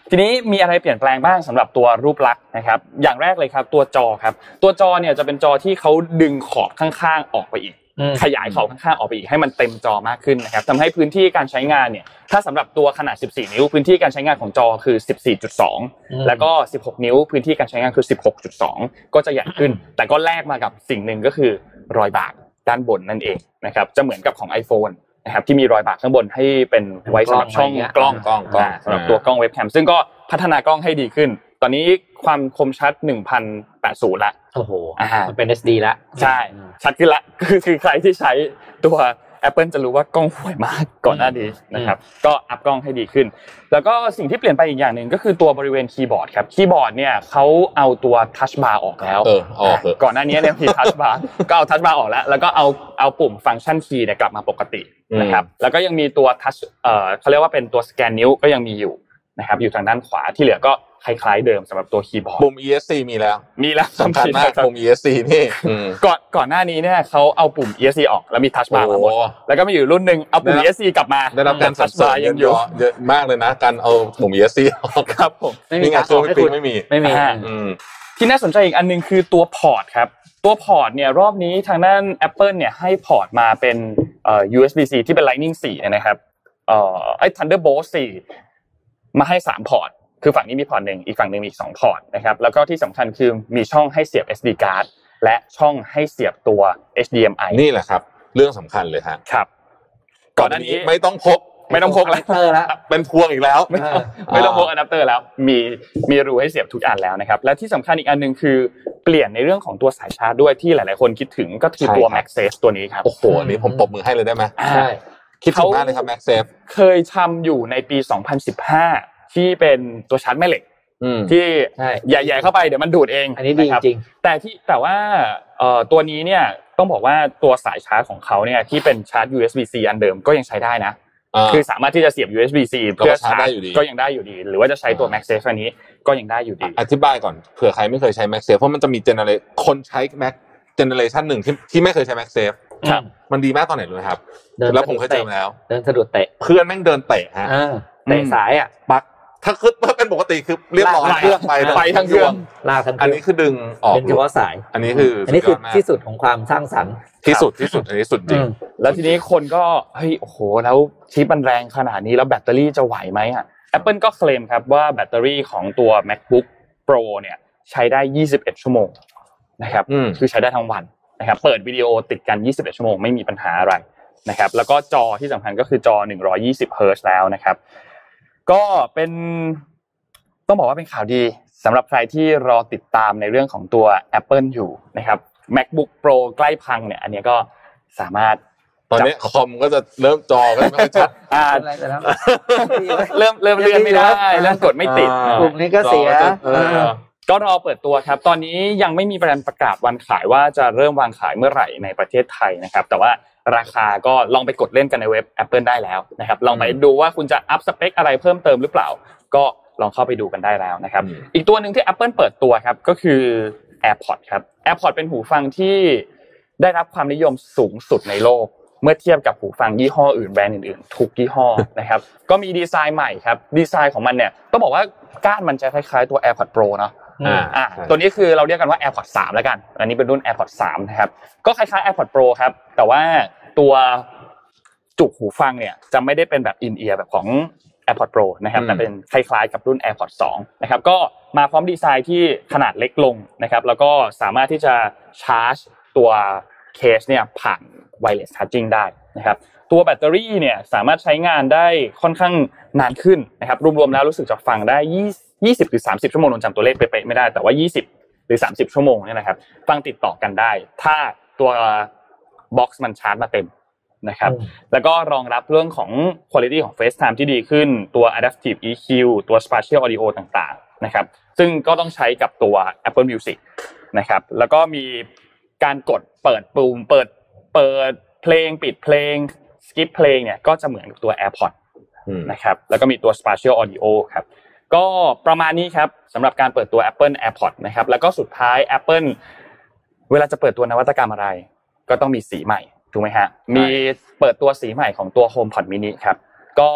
ทีนี้มีอะไรเปลี่ยนแปลงบ้างสำหรับตัวรูปลักษณ์นะครับอย่างแรกเลยครับตัวจอครับตัวจอเนี่ยจะเป็นจอที่เขาดึงขอบข้างๆออกไปอีกขยายขอบข้างๆออกไปอีกให้มันเต็มจอมากขึ้นนะครับทำให้พื้นที่การใช้งานเนี่ยถ้าสำหรับตัวขนาดสิบสี่นิ้วพื้นที่การใช้งานของจอคือ สิบสี่จุดสอง แล้วก็สิบหกนิ้วพื้นที่การใช้งานคือ สิบหกจุดสอง ก็จะใหญ่ขึ้นแต่ก็แลกมากับสิ่งหนึ่งก็คือรอยบากด้านบนนั่นเองนะครับจะเหมือนกับของ iPhone นะครับที่มีรอยบากข้างบนให้เป็นไว้สำหรับช่องกล้องกล้องสำหรับตัวกล้องเว็บแคมซึ่งก็พัฒนากล้องให้ดีขึ้นตอนนี้ความคมชัดหนึ่งพันแปดสิบละโอ้โหมันเป็น เอส ดี ละใช่ชัดขึ้นละคือคือใครที่ใช้ตัว Apple จะรู้ว่ากล้องห่วยมากก่อนหน้านี้นะครับก็อัพกล้องให้ดีขึ้นแล้วก็สิ่งที่เปลี่ยนไปอีกอย่างนึงก็คือตัวบริเวณคีย์บอร์ดครับคีย์บอร์ดเนี่ยเขาเอาตัวทัชบาร์ออกแล้วเออออกก่อนหน้านี้เนี่ยมีทัชบาร์ก็เอาทัชบาร์ออกแล้วแล้วก็เอาเอาปุ่มฟังก์ชันคีย์เนี่ยกลับมาปกตินะครับแล้วก็ยังมีตัวทัชเอ่อเค้าเรียกว่าเป็นตัวสแกนนิ้วก็ยังมีอยู่นะครับอยู่ทางด้านขวาที่เหลือก็คล้ายๆเดิมสำหรับตัวคีย์บอร์ดปุ่ม อี เอส ซี มีแล้วมีแล้วสำคัญมากปุ่ม อี เอส ซี นี่ก่อนก่อนหน้านี้เนี่ยเขาเอาปุ่ม อี เอส ซี ออกแล้วมีทัชบาร์มาหมดแล้วก็มีอยู่รุ่นนึงเอาปุ่ม อี เอส ซี กลับมาได้รับการทัชบาร์ยังอยู่เยอะมากเลยนะการเอาปุ่ม อี เอส ซี ออกครับผมนี่ไงตัวไม่ไม่มีไม่มีที่น่าสนใจอีกอันนึงคือตัวพอร์ตครับตัวพอร์ตเนี่ยรอบนี้ทางด้าน Apple เนี่ยให้พอร์ตมาเป็นเอ่อ ยู เอส บี ซี ที่เป็น Lightning สี่นะครับเอ่อไอ้ Thunderbolt สี่มาให้สามพอร์ตคือฝั่งนี้มีพอร์ตหนึ่งอีกฝั่งนึงมีอีกสองพอร์ตนะครับแล้วก็ที่สำคัญคือมีช่องให้เสียบ เอส ดี card และช่องให้เสียบตัว เอช ดี เอ็ม ไอนี่แหละครับเรื่องสำคัญเลยฮะครับก่อนหน้านี้ไม่ต้องพกไม่ต้องพกแล้วเป็นพวงอีกแล้วไม่ต้องพกอะแดปเตอร์แล้วมีมีรูให้เสียบทุกอันแล้วนะครับและที่สำคัญอีกอันนึงคือเปลี่ยนในเรื่องของตัวสายชาร์จด้วยที่หลายๆคนคิดถึงก็คือตัว MagSafe ตัวนี้ครับโอ้โหอันนี้ผมปรบมือให้เลยได้มั้ยใช่คิดถึงมากเลยครับ MagSafe เคยทำอยู่ในปีสองพันสิบห้าที่เป็นตัวชาร์จแม่เหล็กที่ใหญ่ๆเข้าไปเดี๋ยวมันดูดเองอันนี้ดีจริงแต่ที่แต่ว่าเอ่อตัวนี้เนี่ยต้องบอกว่าตัวสายชาร์จของเขาเนี่ยที่เป็นชาร์จ ยู เอส บี ซี อันเดิมก็ยังใช้ได้นะคือสามารถที่จะเสียบ ยู เอส บี ซี เพื่อชาร์จก็ยังได้อยู่ดีหรือว่าจะใช้ตัว MagSafe อันนี้ก็ยังได้อยู่ดีอธิบายก่อนเผื่อใครไม่เคยใช้ MagSafe เพราะมันจะมีเจเนเรคนใช้ Mac Generation หนึ่งที่ที่ไม่เคยใช้ MagSafe ครับมันดีมากตอนไหนรู้มั้ยครับแล้วผมเคยเจอมาแล้วเดินสะดุดเตะเพื่อนแม่งเดินเตะฮะเตะสายอ่ะปักถ้าคือถ้าเป็นปกติคือเรียบร้อยเครื่องไปไปทั้งเครื่องลากทั้งเครื่องอันนี้คือดึงออกเป็นเฉพาะสายอันนี้คืออันนี้คือที่สุดของความสร้างสรรค์ที่สุดที่สุดอันนี้สุดจริงแล้วทีนี้คนก็เฮ้ยโอ้โหแล้วชิปมันแรงขนาดนี้แล้วแบตเตอรี่จะไหวมั้ยอ่ะ Apple ก็เคลมครับว่าแบตเตอรี่ของตัว MacBook Pro เนี่ยใช้ได้ยี่สิบเอ็ดชั่วโมงนะครับคือใช้ได้ทั้งวันนะครับเปิดวิดีโอติดกันยี่สิบเอ็ดชั่วโมงไม่มีปัญหาอะไรนะครับแล้วก็จอที่สำคัญก็คือจอหนึ่งร้อยยี่สิบเฮิร์ตซ์แล้วนะครับก็เป็นต้องบอกว่าเป็นข่าวดีสำหรับใครที่รอติดตามในเรื่องของตัว Apple อยู่นะครับ MacBook Pro ใกล้พังเนี่ยอันนี้ก็สามารถตอนนี้คอมก็จะเริ่มจอก็ไม่ค่อยชัดอ่าเริ่มเริ่มเลื่อนไม่ได้เริ่มกดไม่ติดปุ่มนี้ก็เสียก็รอเปิดตัวครับตอนนี้ยังไม่มีประกาศวันขายว่าจะเริ่มวางขายเมื่อไหร่ในประเทศไทยนะครับแต่ว่าราคาก็ลองไปกดเล่นกันในเว็บ Apple ได้แล้วนะครับลองไปดูว่าคุณจะอัพสเปคอะไรเพิ่มเติมหรือเปล่าก็ลองเข้าไปดูกันได้แล้วนะครับอีกตัวนึงที่ Apple เปิดตัวครับก็คือ AirPods ครับ AirPods เป็นหูฟังที่ได้รับความนิยมสูงสุดในโลกเมื่อเทียบกับหูฟังยี่ห้ออื่นแบรนด์อื่นๆทุกยี่ห้อนะครับก็มีดีไซน์ใหม่ครับดีไซน์ของมันเนี่ยต้องบอกว่าก้านมันจะคล้ายๆตัว AirPods Pro เนาะอ่าอ่าตัวนี้คือเราเรียกกันว่า AirPods สามแล้วกันอันนี้เป็นรุ่น AirPods สามนะครับก็คล้ายๆ AirPods Pro ครับแต่ว่าตัวจุกหูฟังเนี่ยจะไม่ได้เป็นแบบ in-ear แบบของ AirPods Pro นะครับแต่เป็นคล้ายๆกับรุ่น AirPods สองนะครับก็มาพร้อมดีไซน์ที่ขนาดเล็กลงนะครับแล้วก็สามารถที่จะชาร์จตัวเคสเนี่ยผ่าน wireless charging ได้นะครับตัวแบตเตอรี่เนี่ยสามารถใช้งานได้ค่อนข้างนานขึ้นนะครับรวมๆแล้วรู้สึกจะฟังได้ยี่สิบหรือสามสิบชั่วโมงจำตัวเลขเป๊ะๆไม่ได้แต่ว่ายี่สิบหรือสามสิบชั่วโมงเนี่ยนะครับฟังติดต่อกันได้ถ้าตัวบ็อกซ์มันชาร์จมาเต็มนะครับแล้วก็รองรับเรื่องของ quality ของ FaceTime ที่ดีขึ้นตัว Adaptive อี คิว ตัว Spatial Audio ต่างๆนะครับซึ่งก็ต้องใช้กับตัว Apple Music นะครับแล้วก็มีการกดเปิดปุ่มเปิดเปิดเพลงปิดเพลง skip เพลงเนี่ยก็จะเหมือนกับตัว AirPods นะครับแล้วก็มีตัว Spatial Audio ครับก็ประมาณนี้ครับสำหรับการเปิดตัว Apple AirPods นะครับแล้วก็สุดท้าย Apple เวลาจะเปิดตัวนวัตกรรมอะไรก็ต้องมีสีใหม่ถูกมั้ยฮะมีเปิดตัวสีใหม่ของตัว HomePod mini ครับก็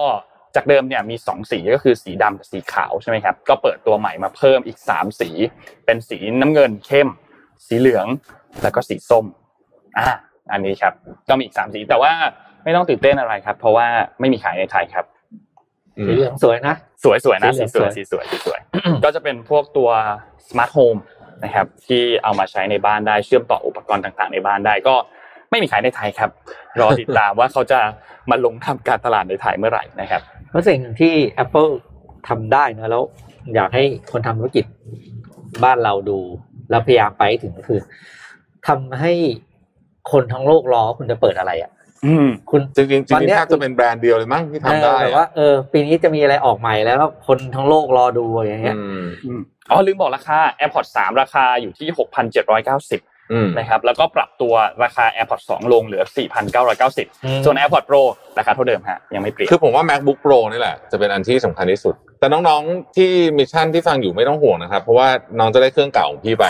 จากเดิมเนี่ยมีสองสีก็คือสีดำกับสีขาวใช่ไหมครับก็เปิดตัวใหม่มาเพิ่มอีกสามสีเป็นสีน้ำเงินเข้มสีเหลืองแล้วก็สีส้มอ่าอันนี้ครับก็มีอีกสามสีแต่ว่าไม่ต้องตื่นเต้นอะไรครับเพราะว่าไม่มีขายในไทยครับสีเหลืองสวยนะสวยๆนะสีสวยสีสวยสีสวยก็จะเป็นพวกตัวสมาร์ทโฮมนะครับที่เอามาใช้ในบ้านได้เชื่อมต่ออุปกรณ์ต่างๆในบ้านได้ก็ไม่มีขายในไทยครับรอติดตามว่าเขาจะมาลงทำการตลาดในไทยเมื่อไหร่นะครับเพราะสิ่งที่ Apple ทำได้นะแล้วอยากให้คนทำธุรกิจบ้านเราดูแล้วพยายามไปถึงคือทำให้คนทั้งโลกรอคุณจะเปิดอะไรอ่ะอืมคุณจริงๆจริงๆแทบจะเป็นแบรนด์เดียวเลยมั้งที่ทำได้แต่ว่าเออปีนี้จะมีอะไรออกใหม่แล้วคนทั้งโลกรอดูอย่างเงี้ยอืมอ๋อลืมบอกราคา AirPods สามราคาอยู่ที่ หกพันเจ็ดร้อยเก้าสิบ นะครับแล้วก็ปรับตัวราคา AirPods สองลงเหลือ สี่พันเก้าร้อยเก้าสิบ ส่วน AirPods Pro ราคาเท่าเดิมฮะยังไม่เปลี่ยนคือผมว่า MacBook Pro นี่แหละจะเป็นอันที่สำคัญที่สุดแต่น้องๆที่มิชชั่นที่ฟังอยู่ไม่ต้องห่วงนะครับเพราะว่าน้องจะได้เครื่องเก่าของพี่ไป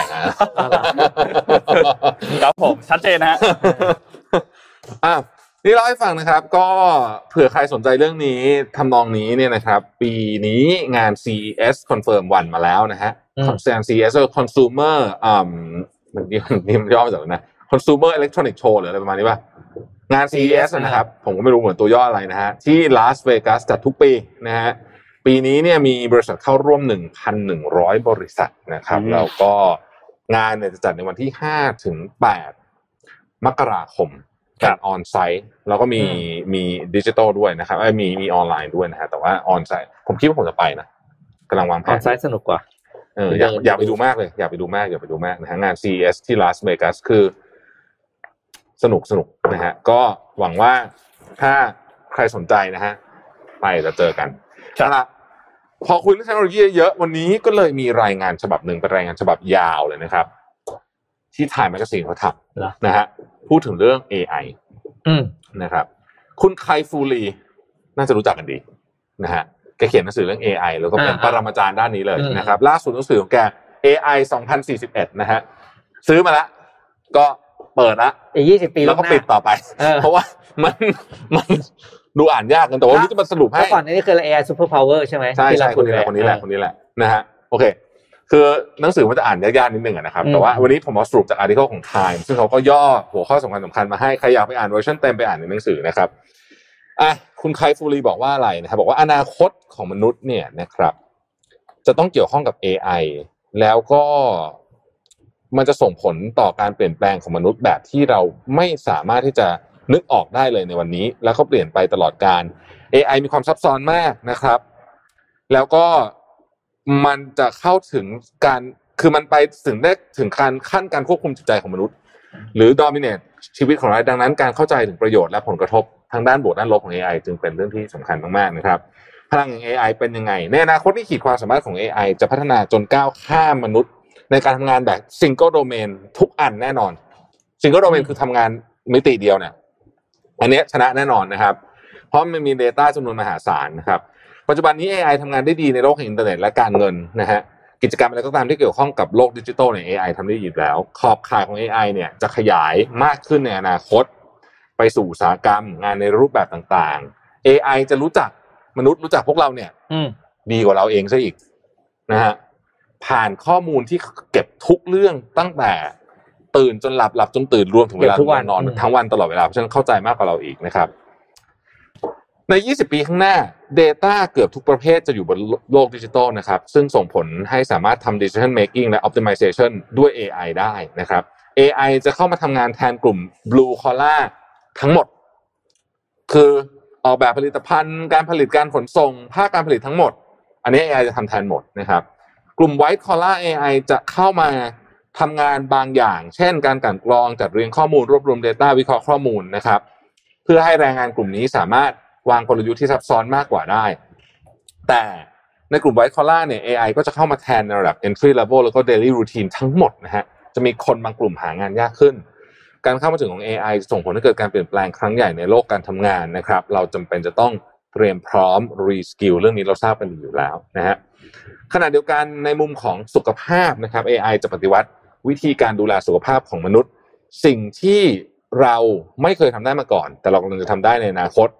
นะครับผมชัดเจนนะฮะอ่ะนี่เล่าให้ฟังนะครับก็เผื่อใครสนใจเรื่องนี้ทำนองนี้เนี่ยนะครับปีนี้งาน ซี อี เอส Confirm วันมาแล้วนะฮะงาน ซี อี เอส ก็ Consumer อ่ามันนี่มันย่อมาจากอะไรนะ Consumer Electronic Show หรืออะไรประมาณนี้ป่ะงาน ซี อี เอส นะครับผมก็ไม่รู้เหมือนตัวย่ออะไรนะฮะที่ลาสเวกัสจัดทุกปีนะฮะปีนี้เนี่ยมีบริษัทเข้าร่วม หนึ่งพันหนึ่งร้อย บริษัทนะครับแล้วก็งานเนี่ยจะจัดในวันที่ห้าถึงแปดมกราคมการออนไซต์แล้วก็มีมีดิจิตอลด้วยนะครับไอ้มีมีออนไลน์ด้วยนะฮะแต่ว่าออนไซต์ผมคิดว่าผมจะไปนะกำลังวางแผนออนไซต์สนุกกว่าเอออยากอยากไปดูมากเลยอยากไปดูมากอยากไปดูมากนะฮะงาน ซี อี เอส ที่ลาสเวกัสคือสนุกสนุกนะฮะก็หวังว่าถ้าใครสนใจนะฮะไปจะเจอกันเอาล่ะพอคุยเรื่องเทคโนโลยีเยอะวันนี้ก็เลยมีรายงานฉบับหนึ่งเป็นรายงานฉบับยาวเลยนะครับที่ไทม์แมกกาซีนเขาทำนะฮะพูดถึงเรื่อง เอ ไออืมนะครับคุณไคฟูลีน่าจะรู้จักกันดีนะฮะแกเขียนหนังสือเรื่อง เอ ไอ แล้วก็เป็นปรมาจารย์ด้านนี้เลยนะครับล่าสุดหนังสือของแก เอ ไอ สองพันสี่สิบเอ็ดนะฮะซื้อมาแล้วก็เปิดละอีกยี่สิบปีแล้วก็ปิดต่อไปเพราะว่ามันมันดูอ่านยากกันแต่ว่านี่จะมาสรุปให้ก่อนนี้คือ เอ ไอ Super Power ใช่ไหมใช่ใช่คนนี้แหละคนนี้แหละคนนี้แหละนะฮะโอเคคือหนังสือมันจะอ่านยากๆนิดนึงนะครับแต่ว่าวันนี้ผมมาสรุปจากอาร์ติเคิลของ Time ซึ่งเขาก็ย่อหัวข้อสำคัญสำคัญมาให้ใครอยากไปอ่านเวอร์ชันเต็มไปอ่านในหนังสือนะครับอ่ะคุณไคฟูรีบอกว่าอะไรนะครับบอกว่าอนาคตของมนุษย์เนี่ยนะครับจะต้องเกี่ยวข้องกับ เอ ไอ แล้วก็มันจะส่งผลต่อการเปลี่ยนแปลงของมนุษย์แบบที่เราไม่สามารถที่จะนึกออกได้เลยในวันนี้แล้วก็เปลี่ยนไปตลอดกาล เอ ไอ มีความซับซ้อนมากนะครับแล้วก็มันจะเข้าถึงการคือมันไปถึงได้ถึงการขั้นการควบคุมจิตใจของมนุษย์หรือ dominate ชีวิตของเราดังนั้นการเข้าใจถึงประโยชน์และผลกระทบทางด้านบวกด้านลบของ เอ ไอ จึงเป็นเรื่องที่สำคัญมากๆนะครับพลังแห่ง เอ ไอ เป็นยังไงในอนาคตที่ขีดความสามารถของ เอ ไอ จะพัฒนาจนก้าวข้ามมนุษย์ในการทำงานแบบ single domain ทุกอันแน่นอน single domain คือทำงานมิติเดียวเนี่ยอันนี้ชนะแน่นอนนะครับเพราะมันมี data จำนวนมหาศาลนะครับปัจจุบันนี้ เอ ไอ ทำงานได้ดีในโลกแห่งอินเทอร์เน็ตและการเงินนะฮะกิจกรรมอะไรก็ตามที่เกี่ยวข้องกับโลกดิจิทัลเนี่ย เอ ไอ ทำได้ดีแล้วขอบข่ายของ เอ ไอ เนี่ยจะขยายมากขึ้นในอนาคตไปสู่อุตสาหกรรมงานในรูปแบบต่างๆ เอ ไอ จะรู้จักมนุษย์รู้จักพวกเราเนี่ยดีกว่าเราเองซะอีกนะฮะผ่านข้อมูลที่เก็บทุกเรื่องตั้งแต่ตื่นจนหลับหลับจนตื่นรวมถึงเวลานอนทั้งวันตลอดเวลาเพราะฉะนั้นเข้าใจมากกว่าเราอีกนะครับในยี่สิบปีข้างหน้า data เกือบทุกประเภทจะอยู่บนโลกดิจิทัลนะครับซึ่งส่งผลให้สามารถทำ decision making และ optimization ด้วย เอ ไอ ได้นะครับ เอ ไอ จะเข้ามาทำงานแทนกลุ่ม blue collar ทั้งหมดคือออกแบบผลิตภัณฑ์การผลิตการขนส่งภาคการผลิตทั้งหมดอันนี้ เอ ไอ จะทำแทนหมดนะครับกลุ่ม white collar เอ ไอ จะเข้ามาทำงานบางอย่างเช่นการกลั่นกรองจัดเรียงข้อมูลรวบรวม data วิเคราะห์ข้อมูลนะครับเพื่อให้แรงงานกลุ่มนี้สามารถวางกลยุทธ์ที่ซับซ้อนมากกว่าได้แต่ในกลุ่ม white collar เนี่ย เอ ไอ ก็จะเข้ามาแทนในระดับ entry level แล้วก็ daily routine ทั้งหมดนะฮะจะมีคนบางกลุ่มหางานยากขึ้นการเข้ามาถึงของ เอ ไอ ส่งผลให้เกิดการเปลี่ยนแปลงครั้งใหญ่ในโลกการทำงานนะครับเราจำเป็นจะต้องเตรียมพร้อม reskill เรื่องนี้เราทราบกันอยู่แล้วนะฮะขณะเดียวกันในมุมของสุขภาพนะครับ เอ ไอ จะปฏิวัติวิธีการดูแลสุขภาพของมนุษย์สิ่งที่เราไม่เคยทำได้มาก่อนแต่เรากำลังจะทำได้ในอนาคต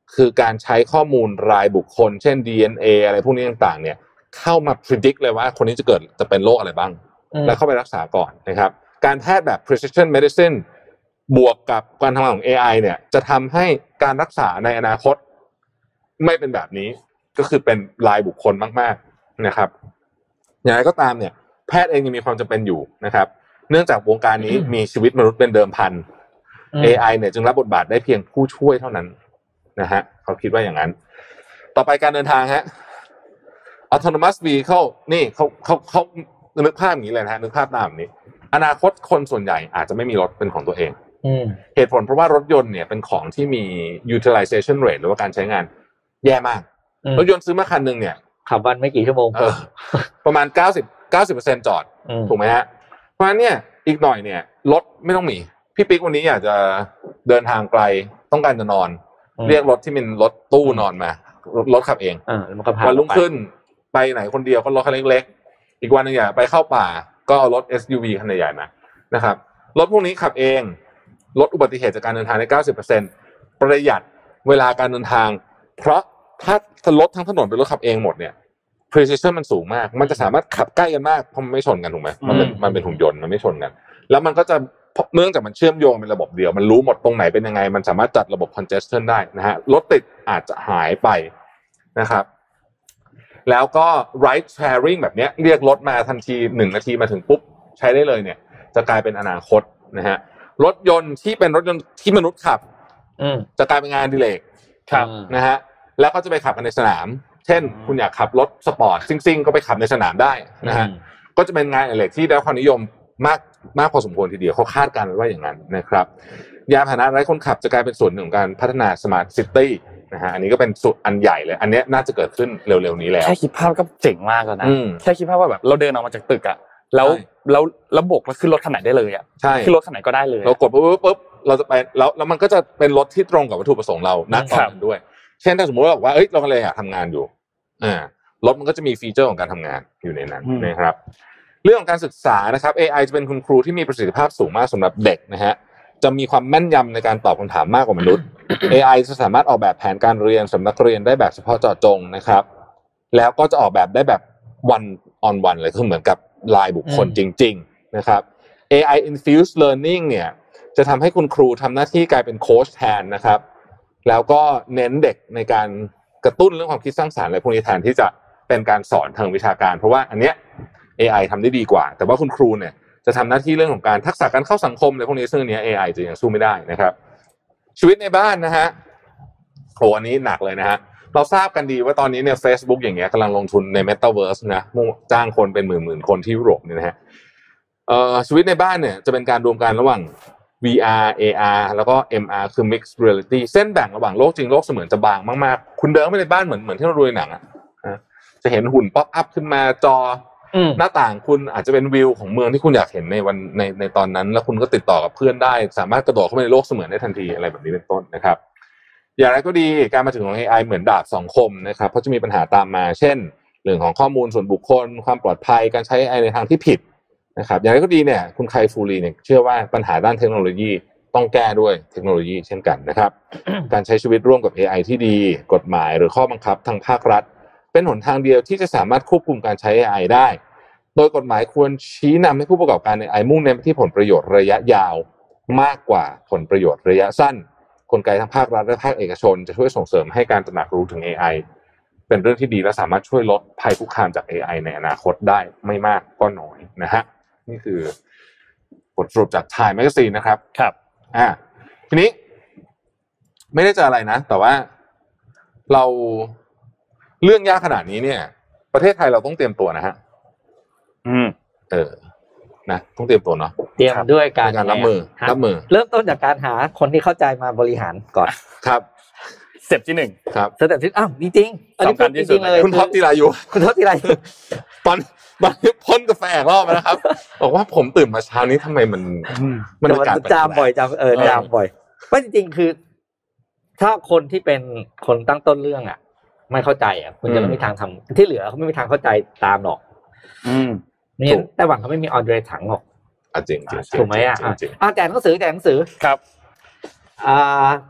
คือการใช้ข้อมูลรายบุคคลเช่น ดี เอ็น เอ อะไรพวกนี้ต่างๆเนี่ยเข้ามา predict เลยว่าคนนี้จะเกิดจะเป็นโรคอะไรบ้างแล้วเข้าไปรักษาก่อนนะครับการแพทย์แบบ precision medicine บวกกับการทำงานของ เอ ไอ เนี่ยจะทำให้การรักษาในอนาคตไม่เป็นแบบนี้ก็คือเป็นรายบุคคลมากๆนะครับอย่างไรก็ตามเนี่ยแพทย์เองยังมีความจำเป็นอยู่นะครับเนื่องจากวงการนี้มีชีวิตมนุษย์เป็นเดิมพัน เอ ไอ เนี่ยจึงรับบทบาทได้เพียงผู้ช่วยเท่านั้นนะฮะเขาคิดว่าอย่างนั้นต่อไปการเดินทางฮะ autonomous vehicle นี่เขาเขาเขานึกภาพอย่างนี้เลยนะฮะนึกภาพตามแบบนี้อนาคตคนส่วนใหญ่อาจจะไม่มีรถเป็นของตัวเองเหตุผลเพราะว่ารถยนต์เนี่ยเป็นของที่มี utilization rate หรือว่าการใช้งานแย่มากรถยนต์ซื้อมาคันนึงเนี่ยขับวันไม่กี่ชั่วโมงเออประมาณ เก้าสิบ เก้าสิบเปอร์เซ็นต์ จอดถูกไหมฮะเพราะฉะนั้นเนี่ยอีกหน่อยเนี่ยรถไม่ต้องมีพี่ปิ๊กวันนี้อยากจะเดินทางไกลต้องการจะนอนเรียกรถที่เป็นรถตู้นอนมารถขับเองวันรุ่งขึ้นไปไหนคนเดียวก็รถคันเล็กๆอีกวันนึงอยากไปเข้าป่าก็เอารถ เอส ยู วี คันใหญ่ๆมานะครับรถพวกนี้ขับเองลดอุบัติเหตุจากการเดินทางได้ เก้าสิบเปอร์เซ็นต์ ประหยัดเวลาการเดินทางเพราะถ้ารถทั้งถนนเป็นรถขับเองหมดเนี่ย precision มันสูงมากมันจะสามารถขับใกล้กันมากเพราะมันไม่ชนกันถูกไหมมันเป็นมันเป็นหุ่นยนต์มันไม่ชนกันแล้วมันก็จะเนื่องจากมันเชื่อมโยงเป็นระบบเดียวมันรู้หมดตรงไหนเป็นยังไงมันสามารถจัดระบบ congestion ได้นะฮะรถติดอาจจะหายไปนะครับแล้วก็ ride sharing แบบนี้เรียกรถมาทันทีหนึ่งนาทีมาถึงปุ๊บใช้ได้เลยเนี่ยจะกลายเป็นอนาคตนะฮะรถยนต์ที่เป็นรถยนต์ที่มนุษย์ขับจะกลายเป็นงานอดิเรกนะฮะแล้วก็จะไปขับกันในสนามเช่นคุณอยากขับรถสปอร์ตซิ่งๆก็ไปขับในสนามได้นะฮะก็จะเป็นงานอดิเรกที่ได้ความนิยมมากมากพอสมควรทีเดียวเขาคาดการณ์ไว้ว่าอย่างนั้นนะครับยานพาหนะไร้คนขับจะกลายเป็นส่วนหนึ่งของการพัฒนาสมาร์ทซิตี้นะฮะอันนี้ก็เป็นสุดอันใหญ่เลยอันนี้น่าจะเกิดขึ้นเร็วๆนี้แล้วแค่คิดภาพก็เจ๋งมากแล้วนะแค่คิดภาพว่าแบบเราเดินออกมาจากตึกอ่ะแล้วแล้วระบบแล้วขึ้นรถคันไหนได้เลยอ่ะขึ้นรถคันไหนก็ได้เลยเรากดปุ๊บปุ๊บเราจะไปแล้วแล้วมันก็จะเป็นรถที่ตรงกับวัตถุประสงค์เราณตอนนั้นด้วยเช่นถ้าสมมติว่าบอกว่าเอ้ยเราเลยอยากทำงานอยู่อ่ารถมันก็จะมีฟีเจอร์ของการทำงานอยู่ในนั้นนะครับเรื่องของการศึกษานะครับ เอ ไอ จะเป็นคุณครูที่มีประสิทธิภาพสูงมากสำหรับเด็กนะฮะจะมีความแม่นยำในการตอบคำถามมากกว่ามนุษย์ เอ ไอ จะสามารถออกแบบแผนการเรียนสำหรับนักเรียนได้แบบเฉพาะเจาะจงนะครับแล้วก็จะออกแบบได้แบบ one on one เลยคือเหมือนกับรายบุคคลจริงๆนะครับ เอ ไอ infused learning เนี่ยจะทำให้คุณครูทำหน้าที่กลายเป็นโค้ชแทนนะครับแล้วก็เน้นเด็กในการกระตุ้นเรื่องความคิดสร้างสรรค์อะไรพวกนี้แทนที่จะเป็นการสอนทางวิชาการเพราะว่าอันเนี้ย เอ ไอ ทำได้ดีกว่าแต่ว่าคุณครูเนี่ยจะทำหน้าที่เรื่องของการทักษะการเข้าสังคมอะไรพวกนี้ซึ่งอันนี้ เอ ไอ จะยังสู้ไม่ได้นะครับชีวิตในบ้านนะฮะโหอันนี้หนักเลยนะฮะเราทราบกันดีว่าตอนนี้เนี่ย Facebook อย่างเงี้ยกำลังลงทุนใน Metaverse นะจ้างคนเป็นหมื่นๆคนที่ยุโรปเนี่ยนะฮะเอ่อชีวิตในบ้านเนี่ยจะเป็นการรวมกันระหว่าง วี อาร์ เอ อาร์ แล้วก็ เอ็ม อาร์ คือ Mixed Reality เส้นแบ่งระหว่างโลกจริงโลกเสมือนจะบางมากๆคุณเดินไปในบ้านเหมือนเหมือนที่เราดูในหนังอ่ะจะเห็นหุ่นป๊อปอัพขึ้นมาจอหน้าต่างคุณอาจจะเป็นวิวของเมืองที่คุณอยากเห็นในวันในในตอนนั้นแล้วคุณก็ติดต่อกับเพื่อนได้สามารถกระโดดเข้าไปในโลกเสมือนได้ทันทีอะไรแบบนี้เป็นต้นนะครับอย่างไรก็ดีการมาถึงของ เอ ไอ เหมือนดาบสองคมนะครับเพราะจะมีปัญหาตามมาเช่นเรื่องของข้อมูลส่วนบุคคลความปลอดภัยการใช้ เอ ไอ ในทางที่ผิดนะครับอย่างไรก็ดีเนี่ยคุณไคฟูรีเนี่ยเชื่อว่าปัญหาด้านเทคโนโลยีต้องแก้ด้วยเทคโนโลยีเช่นกันนะครับ การใช้ชีวิตร่วมกับ เอ ไอ ที่ดีกฎหมายหรือข้อบังคับทางภาครัฐเป็นหนทางเดียวที่จะสามารถควบคุมการใช้ เอ ไอ ได้โดยกฎหมายควรชี้นำให้ผู้ประกอบการ เอ ไอ มุ่งเน้นไปที่ผลประโยชน์ระยะยาวมากกว่าผลประโยชน์ระยะสั้นกลไกทางภาครัฐและภาคเอกชนจะช่วยส่งเสริมให้การตระหนักรู้ถึง เอ ไอ เป็นเรื่องที่ดีและสามารถช่วยลดภัยคุกคามจาก เอ ไอ ในอนาคตได้ไม่มากก็น้อยนะฮะนี่คือบทสรุปจาก Time Magazine นะครับครับอ่าทีนี้ไม่ได้จะอะไรนะแต่ว่าเราเรื่องยากขนาดนี้เนี่ยประเทศไทยเราต้องเตรียมตัวนะฮะอืมเออนะต้องเตรียมตัวเนาะเตรียมด้วยการการรับมือรับมือเริ่มต้นจากการหาคนที่เข้าใจมาบริหารก่อนครับสเต็ปที่หนึ่งครับสเต็ปที่อ้าวจริงๆอันนี้พูดจริงๆเลยคุณท็อปจิรายุคุณท็อปจิรายุตอนตอนนี้พ่นกาแฟรอบนะครับบอกว่าผมตื่นมาเช้านี้ทำไมมันมันอากาศจามบ่อยจามเออจามบ่อยว่าจริงๆคือถ้าคนที่เป็นคนตั้งต้นเรื่องอ่ะไม่เข้าใจอ่ะคุณจะไม่มีทางทำที่เหลือเขาไม่มีทางเข้าใจตามหรอกอืมนี่แต่หวังเขาไม่มีออเดรถังหรอกอ่ะจริงๆถูกไหมอ่ะอ่ะแจกหนังสือแจกหนังสือครับอ่า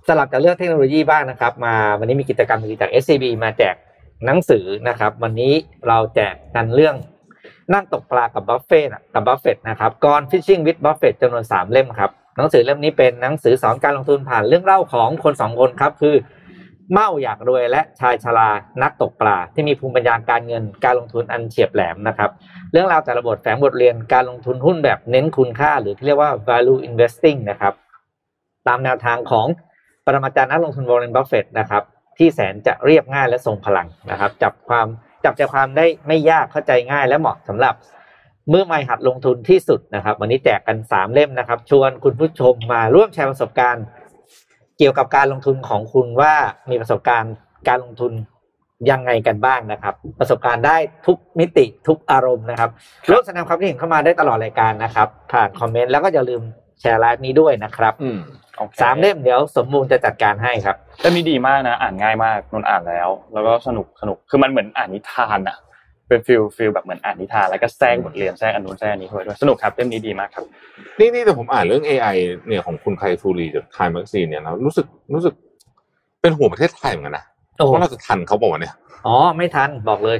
สลับจากเรื่องเทคโนโลยีบ้างนะครับมาวันนี้มีกิจกรรมดีๆจาก เอส ซี บี มาแจกหนังสือนะครับวันนี้เราแจกกันเรื่องนั่งตกปลากับบัฟเฟ่ต์กับบัฟเฟตต์นะครับ Gone Fishing with Buffett จำนวนสามเล่มครับหนังสือเล่มนี้เป็นหนังสือสอนการลงทุนผ่านเรื่องเล่าของคนสองคนครับคือเม่าอยากรวยและชายชรานักตกปลาที่มีภูมิปัญญาการเงินการลงทุนอันเฉียบแหลมนะครับเรื่องราวแต่ละบทแฝงบทเรียนการลงทุนหุ้นแบบเน้นคุณค่าหรือที่เรียกว่า value investing นะครับตามแนวทางของปรมาจารย์นักลงทุนวอร์เรน บัฟเฟตต์นะครับที่แสนจะเรียบง่ายและทรงพลังนะครับจับความจับใจความได้ไม่ยากเข้าใจง่ายและเหมาะสำหรับมือใหม่หัดลงทุนที่สุดนะครับวันนี้แจกกันสามเล่มนะครับชวนคุณผู้ชมมาร่วมแชร์ประสบการณ์เกี่ยวกับการลงทุนของคุณว่ามีประสบการณ์การลงทุนยังไงกันบ้างนะครับประสบการณ์ได้ทุกมิติทุกอารมณ์นะครับร่วมแสดงความคิดเห็นเข้ามาได้ตลอดรายการนะครับผ่านคอมเมนต์แล้วก็อย่าลืมแชร์ไลฟ์นี้ด้วยนะครับสามเล่มเดี๋ยวสมบูรณ์จะจัดการให้ครับเล่มนี้ดีมากนะอ่านง่ายมากนนอ่านแล้วแล้วก็สนุกสนุกคือมันเหมือนอ่านนิทานอ่ะเป็นฟีลฟีลแบบเหมือนอ่านนิทานแล้วก็แทรกบทเรียนแทรกอันนู้นแทรกอันนี้ด้วยสนุกครับเล่มนี้ดีมากครับนี่นี่แต่ผมอ่านเรื่อง เอ ไอ เนี่ยของคุณไคทูรีจาก Time Magazine เนี่ยแล้วรู้สึกรู้สึกเป็นห่วงประเทศไทยเหมือนกันนะว่าเราจะทันเขาบอกว่าเนี่ยอ๋อไม่ทันบอกเลย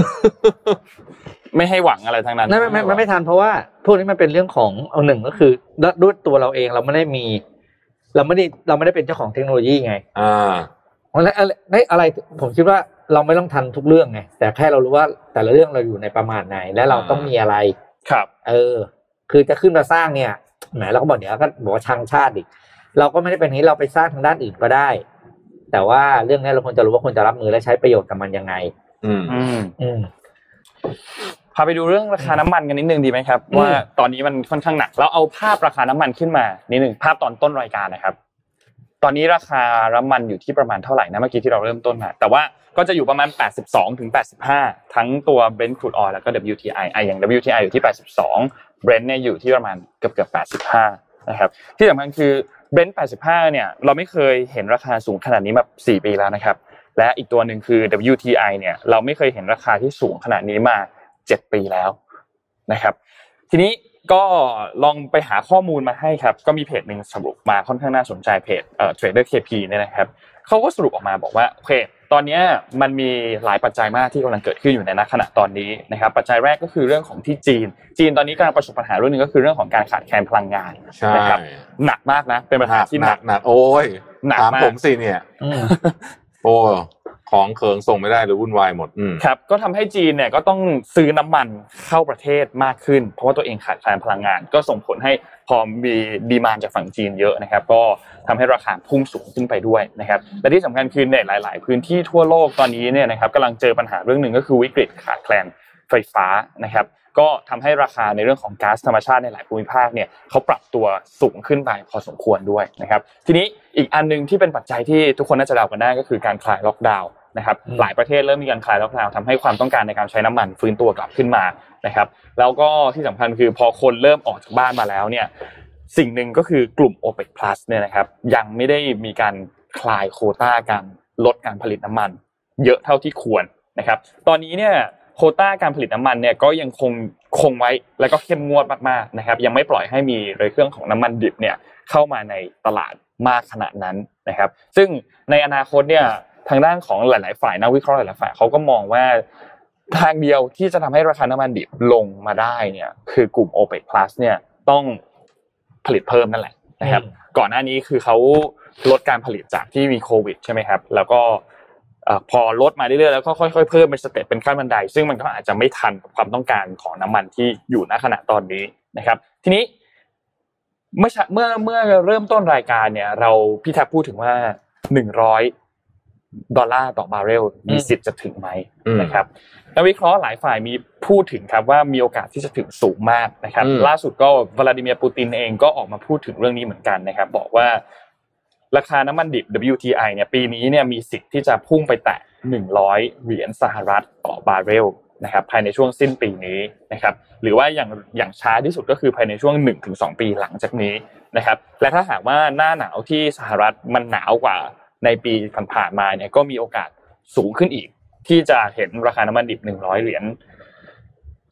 ไม่ให้หวังอะไรทั้งนั้นไม่ไม่ไม่ไม่ทันเพราะว่าพวกนี้มันเป็นเรื่องของเอาหนึ่งก็คือด้วยตัวเราเองเราไม่ได้มีเราไม่ได้เราไม่ได้เป็นเจ้าของเทคโนโลยีไงอ่าอะไรได้อะไรผมคิดว่าเราไม่ต้องทันทุกเรื่องไงแต่แค่เรารู้ว่าแต่ละเรื่องเราอยู่ในประมาณไหนและเราต้องมีอะไรครับเออคือจะขึ้นมาสร้างเนี่ยแหมเราก็บอกเดี๋ยวก็บอกว่าชังชาติอีกเราก็ไม่ได้เป็นนี้เราไปสร้างทางด้านอื่นก็ได้แต่ว่าเรื่องนี้เราควรจะรู้ว่าควรจะรับมือและใช้ประโยชน์กับมันยังไงอืมอืมอืมพาไปดูเรื่องราคาน้ำมันกันนิดนึงดีไหมครับว่าตอนนี้มันค่อนข้างหนักแล้วเอาภาพราคาน้ำมันขึ้นมานิดนึงภาพตอนต้นรายการนะครับตอนนี้ราคาน้ำมันอยู่ที่ประมาณเท่าไหร่นะเมื่อกี้ที่เราเริ่มต้นมาแต่ว่าก็จะอยู่ประมาณแปดสิบสองถึงแปดสิบห้าทั้งตัว Brent crude oil แล้วก็ ดับเบิลยู ที ไอ อ่ะอย่าง ดับเบิลยู ที ไอ อยู่ที่แปดสิบสอง Brent เนี่ยอยู่ที่ประมาณเกือบๆแปดสิบห้านะครับที่สำคัญคือ Brent แปดสิบห้าเนี่ยเราไม่เคยเห็นราคาสูงขนาดนี้มาสี่ปีแล้วนะครับและอีกตัวนึงคือ ดับเบิลยู ที ไอ เนี่ยเราไม่เคยเห็นราคาที่สูงขนาดนี้มาเจ็ดปีแล้วนะครับทีนี้ก็ลองไปหาข้อมูลมาให้ครับก็มีเพจนึงสรุปมาค่อนข้างน่าสนใจเพจเอ่อ Trader เค พี เนี่ยนะครับเขาก็สรุปออกมาบอกว่าโอเคตอนนี้มันมีหลายปัจจัยมากที่กำลังเกิดขึ้นอยู่ในณขณะตอนนี้นะครับปัจจัยแรกก็คือเรื่องของที่จีนจีนตอนนี้กำลังประสบปัญหาเรื่องนึงก็คือเรื่องของการขาดแคลนพลังงานนะครับหนักมากนะเป็นปัญหาที่หนักหนักโอ้ยถามผมสิเนี่ยโอ้ของเคิงส่งไม่ได้หรือวุ่นวายหมดครับก็ทำให้จีนเนี่ยก็ต้องซื้อน้ำมันเข้าประเทศมากขึ้นเพราะว่าตัวเองขาดแคลนพลังงานก็ส่งผลให้พอมีดีมานด์จากฝั่งจีนเยอะนะครับก็ทำให้ราคาพุ่งสูงขึ้นไปด้วยนะครับและที่สำคัญคือในหลายๆพื้นที่ทั่วโลกตอนนี้เนี่ยนะครับกำลังเจอปัญหาเรื่องนึงก็คือวิกฤตขาดแคลนไฟฟ้านะครับก็ทำให้ราคาในเรื่องของก๊าซธรรมชาติในหลายภูมิภาคเนี่ยเขาปรับตัวสูงขึ้นไปพอสมควรด้วยนะครับทีนี้อีกอันนึงที่เป็นปัจจัยที่ทุกคนน่าจะเดากันได้ก็คือการคลายล็อกดาวน์นะครับหลายประเทศเริ่มมีการคลายล็อกดาวน์ทำให้ความต้องการในการใช้น้ำมันฟื้นตัวกลับขึ้นมานะครับแล้วก็ที่สำคัญคือพอคนเริ่มออกจากบ้านมาแล้วเนี่ยสิ่งหนึ่งก็คือกลุ่ม โอเปก พลัส เนี่ยนะครับยังไม่ได้มีการคลายโควต้าการลดการผลิตน้ำมันเยอะเท่าที่ควรนะครับตอนนี้เนี่ยโควต้าการผลิตน้ำมันเนี่ยก็ยังคงคงไว้แล้วก็เข้มงวดมากๆนะครับยังไม่ปล่อยให้มีเรื่องของน้ำมันดิบเนี่ยเข้ามาในตลาดมากขนาดนั้นนะครับซึ่งในอนาคตเนี่ยทางด้านของหลายๆฝ่ายนักวิเคราะห์หลายๆฝ่ายเขาก็มองว่าทางเดียวที่จะทำให้ราคาน้ำมันดิบลงมาได้เนี่ยคือกลุ่ม โอเปก พลัส เนี่ยต้องผลิตเพิ่มนั่นแหละนะครับก่อนหน้านี้คือเขาลดการผลิตจากที่มีโควิดใช่ไหมครับแล้วก็พอลดมาเรื่อยๆแล้วก็ค่อยๆเพิ่มเป็นสเต็ปเป็นขั้นบันไดซึ่งมันก็อาจจะไม่ทันกับความต้องการของน้ำมันที่อยู่ณขณะตอนนี้นะครับทีนี้เมื่อเมื่อเมื่อเริ่มต้นรายการเนี่ยเราพี่แทบพูดถึงว่าหนึ่งร้อยดอลลาร์ต่อบาร์เรลมีสิทธิ์จะถึงไหมนะครับนักวิเคราะห์หลายฝ่ายมีพูดถึงครับว่ามีโอกาสที่จะถึงสูงมากนะครับล่าสุดก็วลาดิเมียร์ปูตินเองก็ออกมาพูดถึงเรื่องนี้เหมือนกันนะครับบอกว่าราคาน้ำมันดิบ ดับเบิลยู ที ไอ เนี่ยปีนี้เนี่ยมีสิทธิ์ที่จะพุ่งไปแตะหนึ่งร้อยเหรียญสหรัฐต่อบาร์เรลนะครับภายในช่วงสิ้นปีนี้นะครับหรือว่าอย่างอย่างช้าที่สุดก็คือภายในช่วง หนึ่งถึงสอง ปีหลังจากนี้นะครับและถ้าหากว่าหน้าหนาวที่สหรัฐมันหนาวกว่าในปีผ่านๆมาเนี่ยก็มีโอกาสสูงขึ้นอีกที่จะเห็นราคาน้ำมันดิบหนึ่งร้อยเหรียญ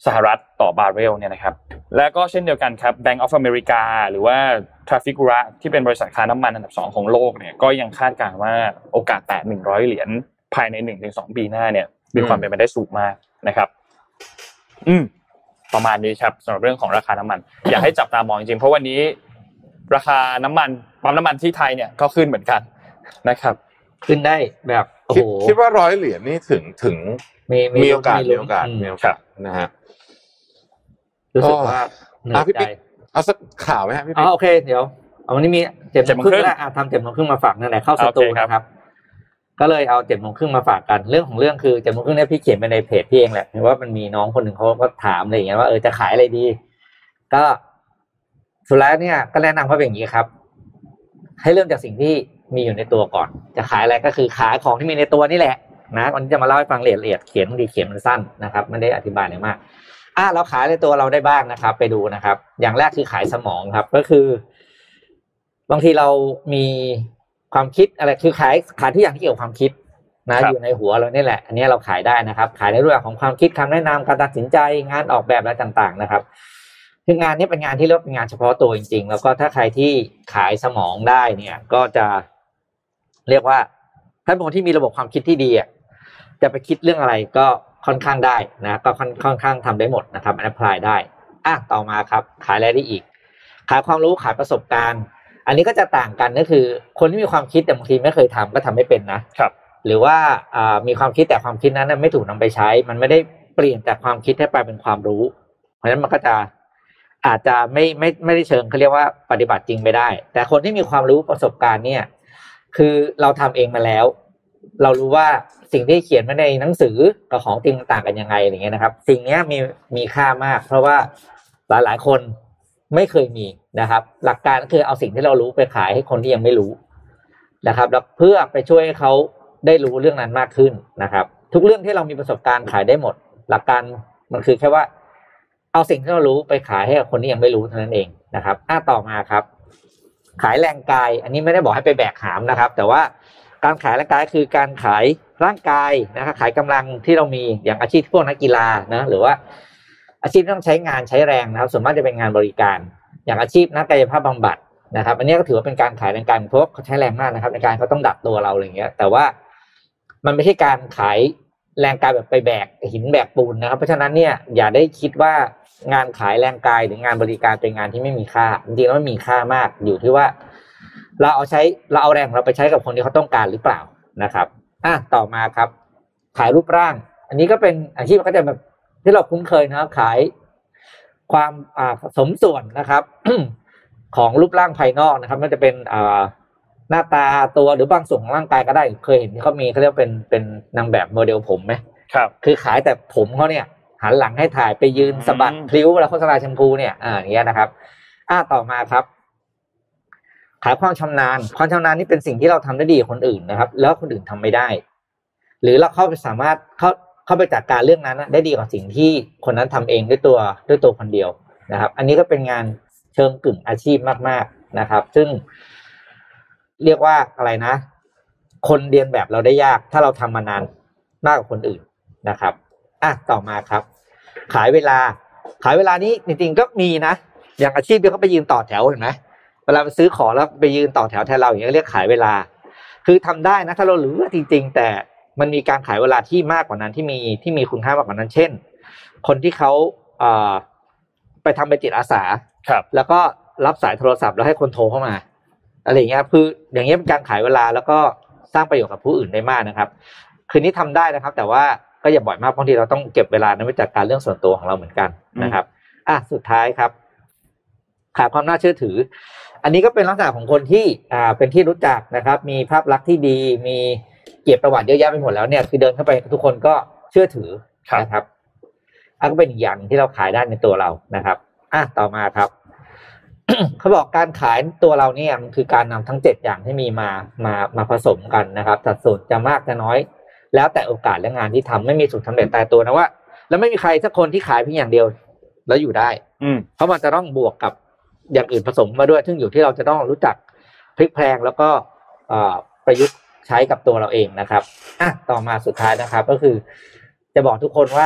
สหรัฐต่อบาร์เรลเนี่ยนะครับแล้วก็เช่นเดียวกันครับ Bank of America หรือว่า Trafigura ที่เป็นบริษัทค้าน้ำมันอันดับสองของโลกเนี่ยก็ยังคาดการณ์ว่าโอกาสแตะหนึ่งร้อยเหรียญภายใน หนึ่งถึงสอง ปีหน้าเนี่ยมีความเป็นไปได้สูงมากนะครับอืมประมาณนี้ครับสำหรับเรื่องของราคาน้ำมัน อยากให้จับตามองจริงๆเพราะวันนี้ราคาน้ำมันปั๊มน้ำมันที่ไทยเนี่ยก็ขึ้นเหมือนกันนะครับขึ้นได้แบบโอ้โหคิดว่าร้อยเหรียญนี่ถึงถึงมีมีโอกาสมีโอกาสมีโอกาสนะฮะรู้สึกว่าเหนื่อยใจเอาสักข่าวไหมฮะพี่อ๋อโอเคเดี๋ยวเอาวันนี้มีเจ็ดโมงครึ่งแล้วอ่ะทำเจ็ดโมงครึ่งมาฝากนั่นแหละเข้าสตูนะครับก็เลยเอาเจ็ดโมงครึ่งมาฝากกันเรื่องของเรื่องคือเจ็ดโมงครึ่งเนี่ยพี่เขียนไปในเพจพี่เองแหละเห็นว่ามันมีน้องคนหนึ่งเขาก็ถามอะไรอย่างเงี้ยว่าเออจะขายอะไรดีก็สุดท้ายเนี่ยก็แนะนำว่าเป็นอย่างนี้ครับให้เริ่มจากสิ่งที่มีอยู่ในตัวก่อนจะขายอะไรก็คือขายของที่มีในตัวนี่แหละนะวันนี้จะมาเล่าให้ฟังละเอียดเขียนดีเขียนมันสั้นนะครับไม่ได้อธิบายอะไรมากอ่ะเราขายในตัวเราได้บ้างนะครับไปดูนะครับอย่างแรกคือขายสมองครับก็คือบางทีเรามีความคิดอะไรคือขายขายทุกอย่างที่เกี่ยวกับความคิดนะอยู่ในหัวเรานี่แหละอันนี้เราขายได้นะครับขายในเรื่องของความคิดคำแนะนำการตัดสินใจงานออกแบบอะไรต่างๆนะครับคืองานนี้เป็นงานที่เรียกเป็นงานเฉพาะตัวจริงๆแล้วก็ถ้าใครที่ขายสมองได้เนี่ยก็จะเรียกว่าถ้าเป็นคนที่มีระบบความคิดที่ดีอ่ะจะไปคิดเรื่องอะไรก็ค่อนข้างได้นะก็ค่อนข้างทำได้หมดนะครับแอพพลายได้อ่ะต่อมาครับขายอะไรได้อีกขายความรู้ขายประสบการณ์อันนี้ก็จะต่างกันก็คือคนที่มีความคิดแต่บางทีไม่เคยทำก็ทำไม่เป็นนะครับหรือว่าอ่ามีความคิดแต่ความคิดนั้นไม่ถูกนำไปใช้มันไม่ได้เปลี่ยนจากความคิดให้ไปเป็นความรู้เพราะฉะนั้นมันก็จะอาจจะไม่ไม่ไม่ได้เชิงเขาเรียกว่าปฏิบัติจริงไปได้แต่คนที่มีความรู้ประสบการณ์เนี่ยคือเราทำเองมาแล้วเรารู้ว่าสิ่งที่เขียนไว้ในหนังสือกับของจริงต่างกันยังไงอย่างเงี้ยนะครับสิ่งนี้มีมีค่ามากเพราะว่าหลายหลายคนไม่เคยมีนะครับหลักการก็คือเอาสิ่งที่เรารู้ไปขายให้คนที่ยังไม่รู้นะครับแล้วเพื่อไปช่วยให้เขาได้รู้เรื่องนั้นมากขึ้นนะครับทุกเรื่องที่เรามีประสบการณ์ขายได้หมดหลักการมันคือแค่ว่าเอาสิ่งที่เรารู้ไปขายให้กับคนที่ยังไม่รู้เท่านั้นเองนะครับอ่ะต่อมาครับขายแรงกายอันนี้ไม่ได้บอกให้ไปแบกหามนะครับแต่ว่าการขายแรงกายคือการขายร่างกายนะครับขายกำลังที่เรามีอย่างอาชีพพวกนักกีฬานะหรือว่าอาชีพที่ต้องใช้งานใช้แรงนะครับส่วนมากจะเป็นงานบริการอย่างอาชีพนักกายภาพบำบัดนะครับอันนี้ก็ถือว่าเป็นการขายแรงกายเพราะเขาใช้แรงมากนะครับในการเขาต้องดัดตัวเราอะไรอย่างเงี้ยแต่ว่ามันไม่ใช่การขายแรงกายแบบไปแบกหินแบกปูนนะครับเพราะฉะนั้นเนี่ยอย่าได้คิดว่างานขายแรงกายหรืองานบริการเป็นงานที่ไม่มีค่าจริงๆแล้วมันมีค่ามากอยู่ที่ว่าเราเอาใช้เราเอาแรงเราไปใช้กับคนที่เขาต้องการหรือเปล่านะครับอ่ะต่อมาครับขายรูปร่างอันนี้ก็เป็นอาชีพก็จะแบบที่เราคุ้นเคยนะครับขายความอ่าสมส่วนนะครับ ของรูปร่างภายนอกนะครับไม่ว่าจะเป็นอ่าหน้าตาตัวหรือบางส่วนของร่างกายก็ได้เคยเห็นที่เขามีเขาเรียกเป็นเป็นนางแบบโมเดลผมไหมครับคือขายแต่ผมเขาเนี่ยหันหลังให้ถ่ายไปยืนสะบัดพลิ้วแล้วโฆษณาแชมพูเนี่ยอ่าอย่างเงี้ยนะครับอ่าต่อมาครับขายความชำนาญความชำนาญนี่เป็นสิ่งที่เราทำได้ดีกว่าคนอื่นนะครับแล้วคนอื่นทำไม่ได้หรือเราเข้าไปสามารถเข้าเข้าไปจัดการเรื่องนั้นได้ดีกว่าสิ่งที่คนนั้นทำเองด้วยตัวด้วยตัวคนเดียวนะครับอันนี้ก็เป็นงานเชิงกึ่งอาชีพมากๆนะครับซึ่งเรียกว่าอะไรนะคนเรียนแบบเราได้ยากถ้าเราทำมานานมากกว่าคนอื่นนะครับอ่ะต่อมาครับขายเวลาขายเวลานี้จริงๆก็มีนะอย่างอาชีพที่เขาไปยืนต่อแถวเห็นไหมเวลาไปซื้อของแล้วไปยืนต่อแถวแทนเราอย่างนี้เรียกขายเวลาคือทำได้นะถ้าเรารู้ว่าจริงๆแต่มันมีการขายเวลาที่มากกว่านั้นที่มีที่มีคุณค่ามากกว่านั้นเช่นคนที่เขาเอ่อไปทำเป็นจิตอาสาครับแล้วก็รับสายโทรศัพท์แล้วให้คนโทรเข้ามาอะไรอย่างเงี้ยคืออย่างเงี้ยเป็นการขายเวลาแล้วก็สร้างประโยชน์กับผู้อื่นได้มากนะครับคืนนี้ทำได้นะครับแต่ว่าก็อย่าบ่อยมากบางทีเราต้องเก็บเวลานั้นไว้จัดการเรื่องส่วนตัวของเราเหมือนกันนะครับอ่ะสุดท้ายครับขายความน่าเชื่อถืออันนี้ก็เป็นลักษณะของคนที่อ่าเป็นที่รู้จักนะครับมีภาพลักษณ์ที่ดีมีเกียรติประวัติเยอะแยะไปหมดแล้วเนี่ยคือเดินเข้าไปทุกคนก็เชื่อถือนะครับอันก็เป็นอีกอย่างที่เราขายได้ในตัวเรานะครับอ่ะต่อมาครับ เขาบอกการขายตัวเราเนี่ยมันคือการนำทั้งเจ็ดอย่างที่มีมามามาผสมกันนะครับสัดส่วนจะมากจะน้อยแล้วแต่โอกาสและงานที่ทำไม่มีสูตรสำเร็จตายตัวนะว่าแล้วไม่มีใครสักคนที่ขายเพียงอย่างเดียวแล้วอยู่ได้เพราะมันจะต้องบวกกับอย่างอื่นผสมมาด้วยซึ่งอยู่ที่เราจะต้องรู้จักพลิกแพลงแล้วก็ประยุกต์ใช้กับตัวเราเองนะครับอ่ะต่อมาสุดท้ายนะครับก็คือจะบอกทุกคนว่า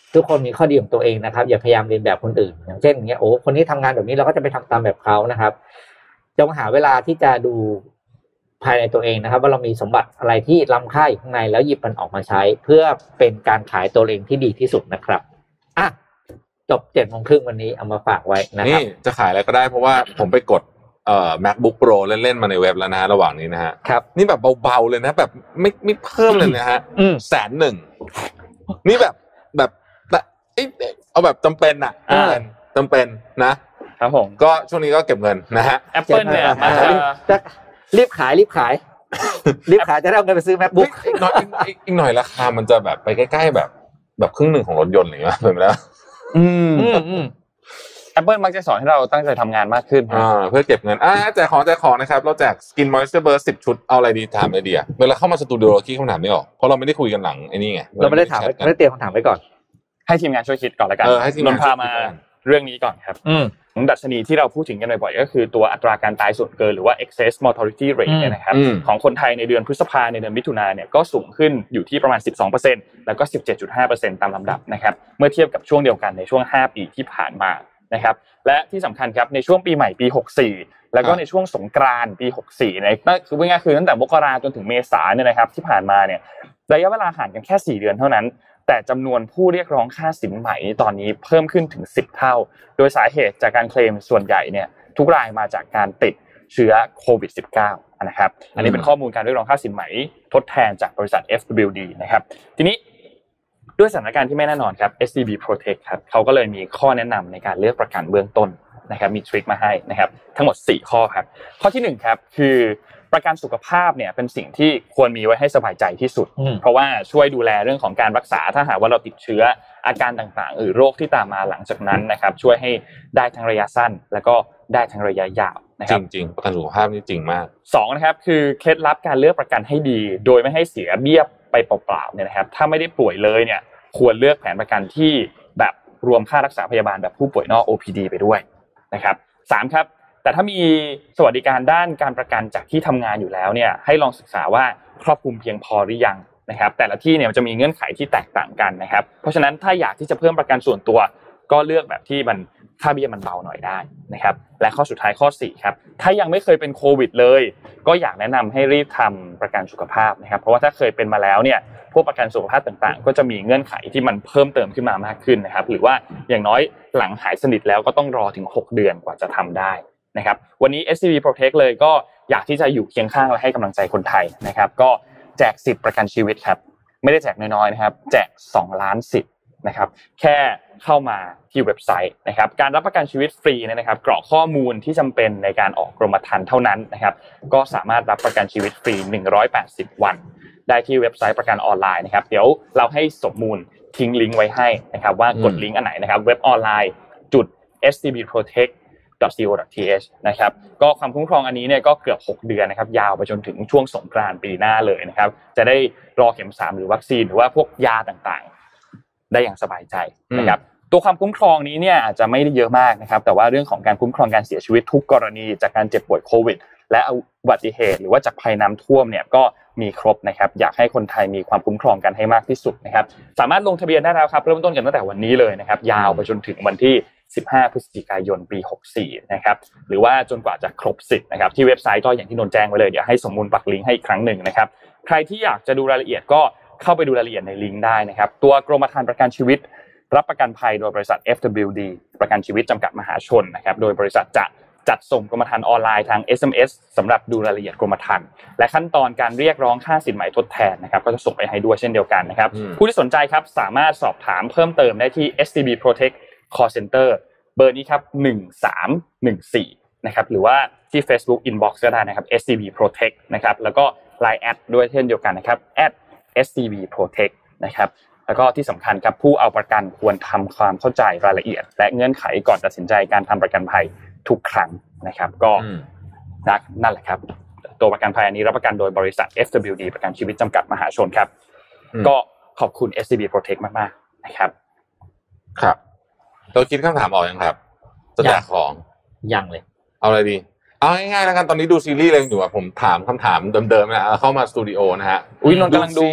ทุกคนมีข้อดีของตัวเองนะครับอย่าพยายามเรียนแบบคนอื่นอย่างเช่นอย่างเงี้ยโอ้คนนี้ทำงานแบบนี้เราก็จะไปทำตามแบบเขานะครับจงหาเวลาที่จะดูภายในตัวเองนะครับว่าเรามีสมบัติอะไรที่ล้ำค่าอยู่ข้างในแล้วหยิบมันออกมาใช้เพื่อเป็นการขายตัวเองที่ดีที่สุดนะครับอ่ะจบเจ็ดโมงครึ่งวันนี้เอามาฝากไว้นะครับนี่จะขายอะไรก็ได้เพราะว่าผมไปกดเอ่อ MacBook Pro เล่นๆมาในเว็บแล้วนะฮะระหว่างนี้นะฮะครับนี่แบบเบาๆเลยนะแบบไม่ไม่เพิ่มเลยนะฮะแสนหนึ่งนี่แบบแบบเอ้ยเอาแบบจำเป็นอ่ะจำเป็นจำเป็นนะครับผมก็ช่วงนี้ก็เก็บเงินนะฮะ Apple เนี่ยมันจะรีบขายรีบขายรีบขายจะได้เอาเงินไปซื้อ MacBook อีกหน่อยอีกหน่อยราคามันจะแบบไปใกล้ๆแบบแบบครึ่งหนึ่งของรถยนต์อะไรอย่างเงี้ยเป็นไปแล้วอืมอืม Apple มักจะสอนให้เราตั้งใจทำงานมากขึ้นอ่าเพื่อเก็บเงินอ่าแจกของแจกของนะครับเราแจก Skin Moisture Burst สิบชุดเอาอะไรดีถามไอเดียเวลาเข้ามาสตูดิโอเราคิดคำถามไม่ออกเพราะเราไม่ได้คุยกันหลังไอ้นี่ไงเราไม่ได้ถามไม่ได้เตรียมคำถามไว้ก่อนให้ทีมงานช่วยคิดก่อนแล้วกันนนพามาเรื่องนี้ก่อนครับดัชนีที่เราพูดถึงกันบ่อยๆก็คือตัวอัตราการตายส่วนเกินหรือว่า excess mortality rate เนี่ยนะครับของคนไทยในเดือนพฤษภาคมในเดือนมิถุนายนเนี่ยก็สูงขึ้นอยู่ที่ประมาณ สิบสองเปอร์เซ็นต์ แล้วก็ สิบเจ็ดจุดห้าเปอร์เซ็นต์ ตามลำดับนะครับเมื่อเทียบกับช่วงเดียวกันในช่วงห้าปีที่ผ่านมานะครับและที่สำคัญครับในช่วงปีใหม่ปีหกสี่แล้วก็ในช่วงสงกรานต์ปีหกสี่เนี่ยนั่นคือว่าง่ายคือตั้งแต่มกราคมจนถึงเมษายนเนี่ยนะครับที่ผ่านมาเนี่ยระยะเวลาห่างกันแค่สี่เดือนเท่านั้นแต่จำนวนผู้เรียกร้องค่าสินไหมตอนนี้เพิ่มขึ้นถึงสิบเท่าโดยสาเหตุจากการเคลมส่วนใหญ่เนี่ยทุกรายมาจากการติดเชื้อโควิด สิบเก้า นะครับอันนี้เป็นข้อมูลการเรียกร้องค่าสินไหมทดแทนจากบริษัท เอฟ ดับเบิลยู ดี นะครับทีนี้ด้วยสถานการณ์ที่ไม่แน่นอนครับ เอส ซี บี Protect ครับเขาก็เลยมีข้อแนะนำในการเลือกประกันเบื้องต้นนะครับมีทริคมาให้นะครับทั้งหมดสี่ข้อครับข้อที่หนึ่งครับคือประกันสุขภาพเนี่ยเป็นสิ่งที่ควรมีไว้ให้สบายใจที่สุดเพราะว่าช่วยดูแลเรื่องของการรักษาถ้าหากว่าเราติดเชื้ออาการต่างๆหรือโรคที่ตามมาหลังจากนั้นนะครับช่วยให้ได้ทั้งระยะสั้นแล้วก็ได้ทั้งระยะยาวนะครับจริงๆประกันสุขภาพนี่จริงมากสองนะครับคือเคล็ดลับการเลือกประกันให้ดีโดยไม่ให้เสียเบี้ยไปเปล่าๆเนี่ยนะครับถ้าไม่ได้ป่วยเลยเนี่ยควรเลือกแผนประกันที่แบบรวมค่ารักษาพยาบาลแบบผู้ป่วยนอก โอ พี ดี ไปด้วยนะครับสามครับแต่ถ้ามีสวัสดิการด้านการประกันจากที่ทำงานอยู่แล้วเนี่ยให้ลองศึกษาว่าครอบคลุมเพียงพอหรือยังนะครับแต่ละที่เนี่ยมันจะมีเงื่อนไขที่แตกต่างกันนะครับเพราะฉะนั้นถ้าอยากที่จะเพิ่มประกันส่วนตัวก็เลือกแบบที่มันค่าเบี้ยมันเบาหน่อยได้นะครับและข้อสุดท้ายข้อสี่ครับถ้ายังไม่เคยเป็นโควิดเลยก็อยากแนะนำให้รีบทำประกันสุขภาพนะครับเพราะว่าถ้าเคยเป็นมาแล้วเนี่ยพวกประกันสุขภาพต่างๆก็จะมีเงื่อนไขที่มันเพิ่มเติมขึ้นมามากขึ้นนะครับหรือว่าอย่างน้อยหลังหายสนิทแล้วก็ต้องรอถึงหกเดือนกว่าจะทำได้นะครับวันนี้ เอส ซี บี Protect เลยก็อยากที่จะอยู่เคียงข้างและให้กำลังใจคนไทยนะครับก็แจกสิทธิ์ประกันชีวิตครับไม่ได้แจกน้อยๆนะครับแจกสองล้านสิทธิ์นะครับแค่เข้ามาที่เว็บไซต์นะครับการรับประกันชีวิตฟรีนะครับกรอกข้อมูลที่จำเป็นในการออกกรมธรรม์เท่านั้นนะครับก็สามารถรับประกันชีวิตฟรีหนึ่งร้อยแปดสิบวันได้ที่เว็บไซต์ประกันออนไลน์นะครับเดี๋ยวเราให้สมมูลทิ้งลิงก์ไว้ให้นะครับว่ากดลิงก์อันไหนนะครับเว็บออนไลน์จุด เอส ซี บี Protect ดอท ซี โอ ดอท ที เอช นะครับก็ความคุ้มครองอันนี้เนี่ยก็เกือบหกเดือนนะครับยาวไปจนถึงช่วงสงกรานต์ปีหน้าเลยนะครับจะได้รอเข็มสามหรือวัคซีนหรือว่าพวกยาต่างๆได้อย่างสบายใจนะครับตัวความคุ้มครองนี้เนี่ยอาจจะไม่ได้เยอะมากนะครับแต่ว่าเรื่องของการคุ้มครองการเสียชีวิตทุกกรณีจากการเจ็บป่วยโควิดและอุบัติเหตุหรือว่าจากภัยน้ำท่วมเนี่ยก็มีครบนะครับอยากให้คนไทยมีความคุ้มครองกันให้มากที่สุดนะครับสามารถลงทะเบียนได้แล้วครับเริ่มต้นกันตั้งแต่วันนี้เลยนะครับยาวไปจนถึงวันที่สิบห้าพฤศจิกายนปีหกสี่นะครับหรือว่าจนกว่าจะครบสิทธิ์นะครับที่เว็บไซต์ก็อย่างที่นนแจ้งไว้เลยเดี๋ยวให้สมมูลปักลิงก์ให้อีกครั้งหนึ่งนะครับใครที่อยากจะดูรายละเอียดก็เข้าไปดูรายละเอียดในลิงก์ได้นะครับตัวกรมธรรม์ประกันชีวิตรับประกันภัยโดยบริษัท เอฟ ดับเบิลยู ดี ประกันชีวิตจำกัดมหาชนนะครับโดยบริษัทจะจัดส่งกรมธรรม์ออนไลน์ทาง เอส เอ็ม เอส สำหรับดูรายละเอียดกรมธรรม์และขั้นตอนการเรียกร้องค่าสินไหมทดแทนนะครับก็จะส่งไปให้ด้วยเช่นเดียวกันนะครับผู้ที่สนใจครับสามารถสอบถามเพิ่มเติมได้ที่ เอส ซี บี Protect Call Center เบอร์นี้ครับหนึ่งสามหนึ่งสี่นะครับหรือว่าที่ Facebook Inbox ก็ได้นะครับ เอส ซี บี Protect นะครับแล้วก็ ไลน์ แอดด้วยเช่นเดียวกันนะครับ แอท เอส ซี บี Protect นะครับแล้วก็ที่สำคัญครับผู้เอาประกันควรทำความเข้าใจรายละเอียดและเงื่อนไขก่อนตัดสินใจการทำประกันภัยทุกครั้งนะครับก็นั่นแหละครับตัวประกันภัยอันนี้รับประกันโดยบริษัท เอฟ ดับเบิลยู ดี ประกันชีวิตจำกัดมหาชนครับก็ขอบคุณ เอส ซี บี Protect มากๆนะครับครับเราคิดคำถามออกยังครับจะแจกของยังเลยเอาอะไรดีเอาง่ายๆแล้วกันตอนนี้ดูซีรีส์อะไรอยู่อ่ะผมถามคำถามเดิมๆนะเข้ามาสตูดิโอนะฮะอุ้ยนนท์กำลังดู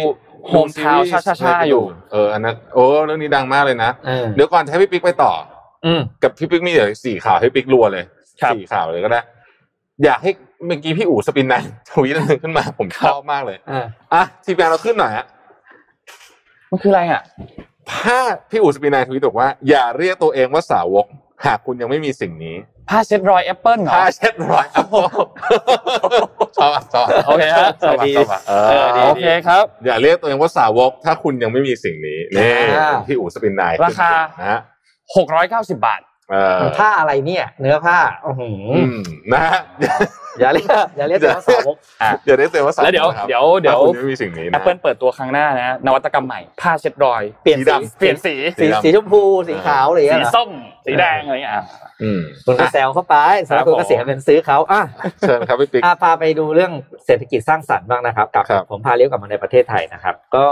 โฮมทาวน์ช่าๆอยู่เอออันนั้นโอ้เรื่องนี้ดังมากเลยนะเดี๋ยวก่อนให้พี่ปิ๊กไปต่อกับพี่ปิ๊กมีเดี๋ยวสี่ข่าวให้ปิ๊กรัวเลยสี่ข่าวเลยก็ได้อยากให้เมื่อกี้พี่อู๋สปินไนท์ทวีตขึ้นมาผมชอบมากเลยอ่ะทีมงานเราขึ้นหน่อยฮะมันคืออะไรอ่ะถ้าพี่อู๋สปินไนท์ทวีตบอกว่าอย่าเรียกตัวเองว่าสาวกหากคุณยังไม่มีสิ่งนี้ผ้าเช็ดรอยแอปเปิ้ลเหรอผ้าเช็ดรอยแอปเปิ้ลชอบชอบโอเคฮะชอบชอบเออโอเคครับอย่าเรียกตัวเองว่าสาวกถ้าคุณยังไม่มีสิ่งนี้นี่พี่อู๋สปินไนท์ราคานะฮะหกร้อยเก้าสิบบาทผ้าอะไรเนี่ยเนื้อผ้าโอ้โหนะฮะอย่าเรียกอย่าเรียกตัวสาวกอย่าเรียกตัวว่าสาวกแล้วเดี๋ยวเดี๋ยวเดี๋ยวไม่มีสิ่งนี้นะ Apple เปิดตัวครั้งหน้านะนวัตกรรมใหม่ผ้าเช็ดรอยเปลี่ยนสีเปลี่ยนสีสีสีชมพูสีขาวอะไรอย่างเงี้ยสีส้มสีแดงอะไรอย่างเงี้ยอืมคุณก็แซวเข้าไปสาวคุณก็เสียเป็นซื้อเขาอ่ะเชิญครับพี่ปิ๊กอ่ะพาไปดูเรื่องเศรษฐกิจสร้างสรรค์บ้างนะครับกับผมพาเลี้ยวกลับมาในประเทศไทยนะครับก็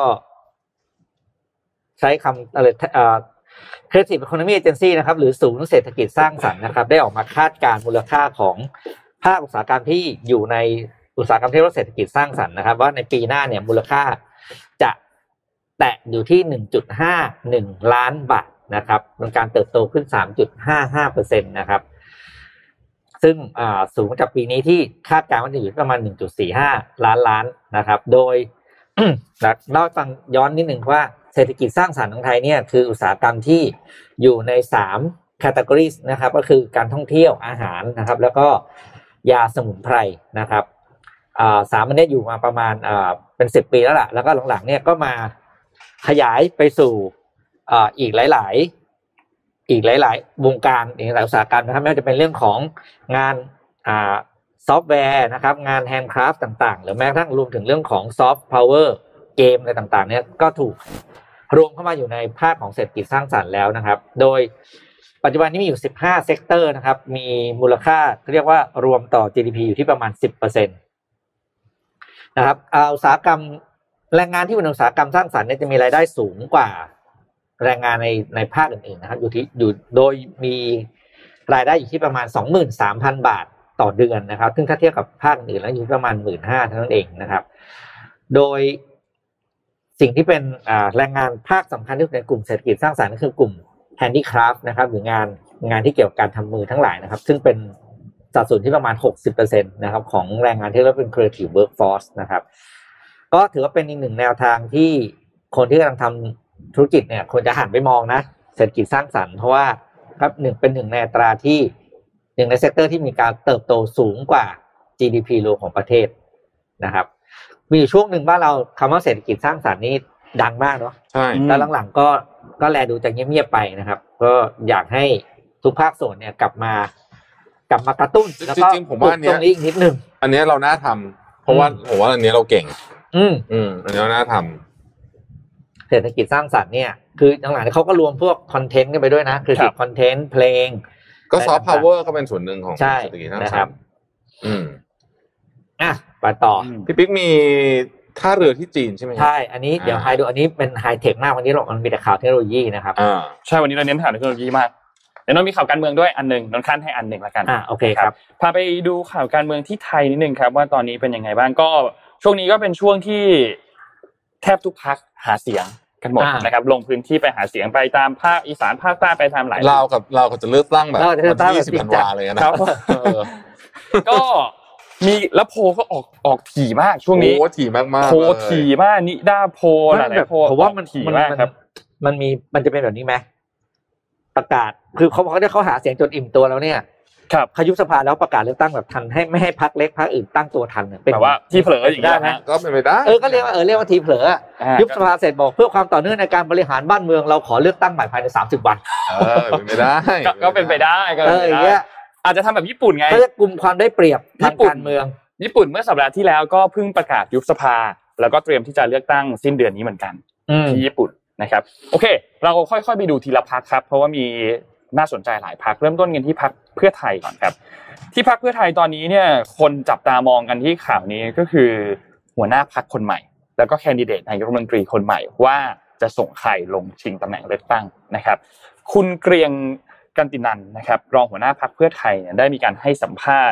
ใช้คำอะไรอ่าCreative Economy Agency นะครับหรือศูนย์เศรษฐกิจสร้างสรรค์นะครับได้ออกมาคาดการณ์มูลค่าของภาคอุตสาหกรรมที่อยู่ในอุตสาหกรรมที่เรียกว่าเศรษฐกิจสร้างสรรค์นะครับว่าในปีหน้าเนี่ยมูลค่าจะแตะอยู่ที่ หนึ่งจุดห้าหนึ่ง ล้านบาทนะครับเป็นการเติบโตขึ้น สามจุดห้าห้าเปอร์เซ็นต์ นะครับซึ่งอ่าสูงจากปีนี้ที่คาดการณ์ว่าจะอยู่ประมาณ หนึ่งจุดสี่ห้า ล้านล้านนะครับโดย เล่าให้ฟังย้อนนิดนึงว่าเศรษฐกิจสร้างสรรค์ของไทยเนี่ยคืออุตสาหกรรมที่อยู่ในสาม categories นะครับก็คือการท่องเที่ยวอาหารนะครับแล้วก็ยาสมุนไพรนะครับอ่าสามอันนี้อยู่มาประมาณอ่าเป็นสิบปีแล้วล่ะแล้วก็หลังๆเนี่ยก็มาขยายไปสู่อ่าอีกหลายๆอีกหลายๆวงการอีกหลายอุตสาหกรรมนะครับไม่ว่าจะเป็นเรื่องของงานอ่าซอฟต์แวร์นะครับงานแฮนด์คราฟต์ต่างๆหรือแม้กระทั่งรวมถึงเรื่องของซอฟต์พาวเวอร์เกมอะไรต่างๆเนี่ยก็ถูกรวมเข้ามาอยู่ในภาคของเศรษฐกิจสร้างสรรค์แล้วนะครับโดยปัจจุบันนี้มีอยู่สิบห้าเซกเตอร์นะครับมีมูลค่าเรียกว่ารวมต่อ จี ดี พี อยู่ที่ประมาณ สิบเปอร์เซ็นต์ นะครับอุตสาหกรรมแรงงานที่เป็นอุตสาหกรรมสร้างสรรค์เนี่ยจะมีรายได้สูงกว่าแรงงานในในภาคอื่นๆนะครับอยู่ที่อยู่โดยมีรายได้อยู่ที่ประมาณ สองหมื่นสามพัน บาทต่อเดือนนะครับซึ่งถ้าเทียบกับภาคอื่นแล้วอยู่ประมาณ หนึ่งหมื่นห้าพัน เท่านั้นเองนะครับโดยสิ่งที่เป็นแรงงานภาคสำคัญที่สุดในกลุ่มเศรษฐกิจสร้างสรรค์ก็คือกลุ่ม handicraft นะครับหรืองานงานที่เกี่ยวกับการทำมือทั้งหลายนะครับซึ่งเป็นสัดส่วนที่ประมาณ หกสิบเปอร์เซ็นต์ นะครับของแรงงานที่เรียกว่าเป็น creative workforce นะครับก็ถือว่าเป็นอีกหนึ่งแนวทางที่คนที่กำลังทำธุรกิจเนี่ยควรจะหันไปมองนะเศรษฐกิจสร้างสรรค์เพราะว่าครับหนึ่งเป็นหนึ่งในอัตราที่หนึ่งในเซกเตอร์ที่มีการเติบโตสูงกว่า จี ดี พี รวมของประเทศนะครับมีอยู่ช่วงหนึ่งบ้านเราคำว่าเศรษฐกิจสร้างสรรค์นี่ดังมากเนาะใช่แล้วหลังๆก็ก็แลดูจะเงียบๆไปนะครับก็อยากให้ทุกภาคส่วนเนี่ยกลับมากลับมากระตุ้นแล้วก็ผมว่าตรงนี้อีกนิดนึงอันนี้เราน่าทำเพราะว่าผมว่าอันนี้เราเก่งอืมอืมอันนี้เราน่าทำเศรษฐกิจสร้างสรรค์เนี่ยคือหลังๆเขาก็รวมพวกคอนเทนต์กันไปด้วยนะคือติดคอนเทนต์เพลงก็ซอฟต์พาวเวอร์ก็เป็นส่วนหนึ่งของเศรษฐกิจสร้างสรรค์อืมอ่ะไปต่อพี่ปิ๊กมีท่าเรือที่จีนใช่ไหมใช่อันนี้เดี๋ยวให้ดูอันนี้เป็นไฮเทคมากวันนี้เรามันมีแต่ข่าวเทคโนโลยีนะครับอ่าใช่วันนี้เราเน้นข่าวเทคโนโลยีมากเดี๋ยวเรามีข่าวการเมืองด้วยอันนึงนนขั้นให้อันนึงละกันอ่าโอเคครับพาไปดูข่าวการเมืองที่ไทยนิดนึงครับว่าตอนนี้เป็นยังไงบ้างก็ช่วงนี้ก็เป็นช่วงที่แทบทุกพรรคหาเสียงกันหมดนะครับลงพื้นที่ไปหาเสียงไปตามภาคอีสานภาคใต้ไปทำหลายเรากับเราก็จะเลือกตั้งแบบวันที่ยี่สิบธันวาเลยนะครับก็มีแล้วโพก็ออกออกถี่มากช่วงนี้โพถี่มากๆโพถี่มากนิด้าโพหลายๆโพผมว่ามันถี่มากครับมันมีมันจะเป็นแบบนี้ไหมประกาศคือเขาเขาได้เขาหาเสียงจนอิ่มตัวแล้วเนี่ยครับเขายุบสภาแล้วประกาศเลือกตั้งแบบทันให้ไม่ให้พรรคเล็กพรรคอื่นตั้งตัวทันเป็นแบบว่าที่เผลออย่างนี้นะก็เป็นไปได้เออก็เรียกว่าเออเรียกว่าทีเผลอยุบสภาเสร็จบอกเพื่อความต่อเนื่องในการบริหารบ้านเมืองเราขอเลือกตั้งใหม่ภายในสามสิบวันเออเป็นไปได้ก็เป็นไปได้ก็เป็นไปได้อาจจะทำแบบญี่ปุ่นไงเขาจะกลุ่มความได้เปรียบทางการเมืองญี่ปุ่นเมื่อสัปดาห์ที่แล้วก็เพิ่งประกาศยุบสภาแล้วก็เตรียมที่จะเลือกตั้งสิ้นเดือนนี้เหมือนกันที่ญี่ปุ่นนะครับโอเคเราค่อยๆไปดูทีละพรรคครับเพราะว่ามีน่าสนใจหลายพรรคเริ่มต้นกันที่พรรคเพื่อไทยก่อนครับที่พรรคเพื่อไทยตอนนี้เนี่ยคนจับตามองกันที่ข่าวนี้ก็คือหัวหน้าพรรคคนใหม่แล้วก็แคนดิเดตนายกรัฐมนตรีคนใหม่ว่าจะส่งใครลงชิงตำแหน่งเลือกตั้งนะครับคุณเกรียงกันตินันนะครับรองหัวหน้าพรรคเพื่อไทยเนี่ยได้มีการให้สัมภาษณ์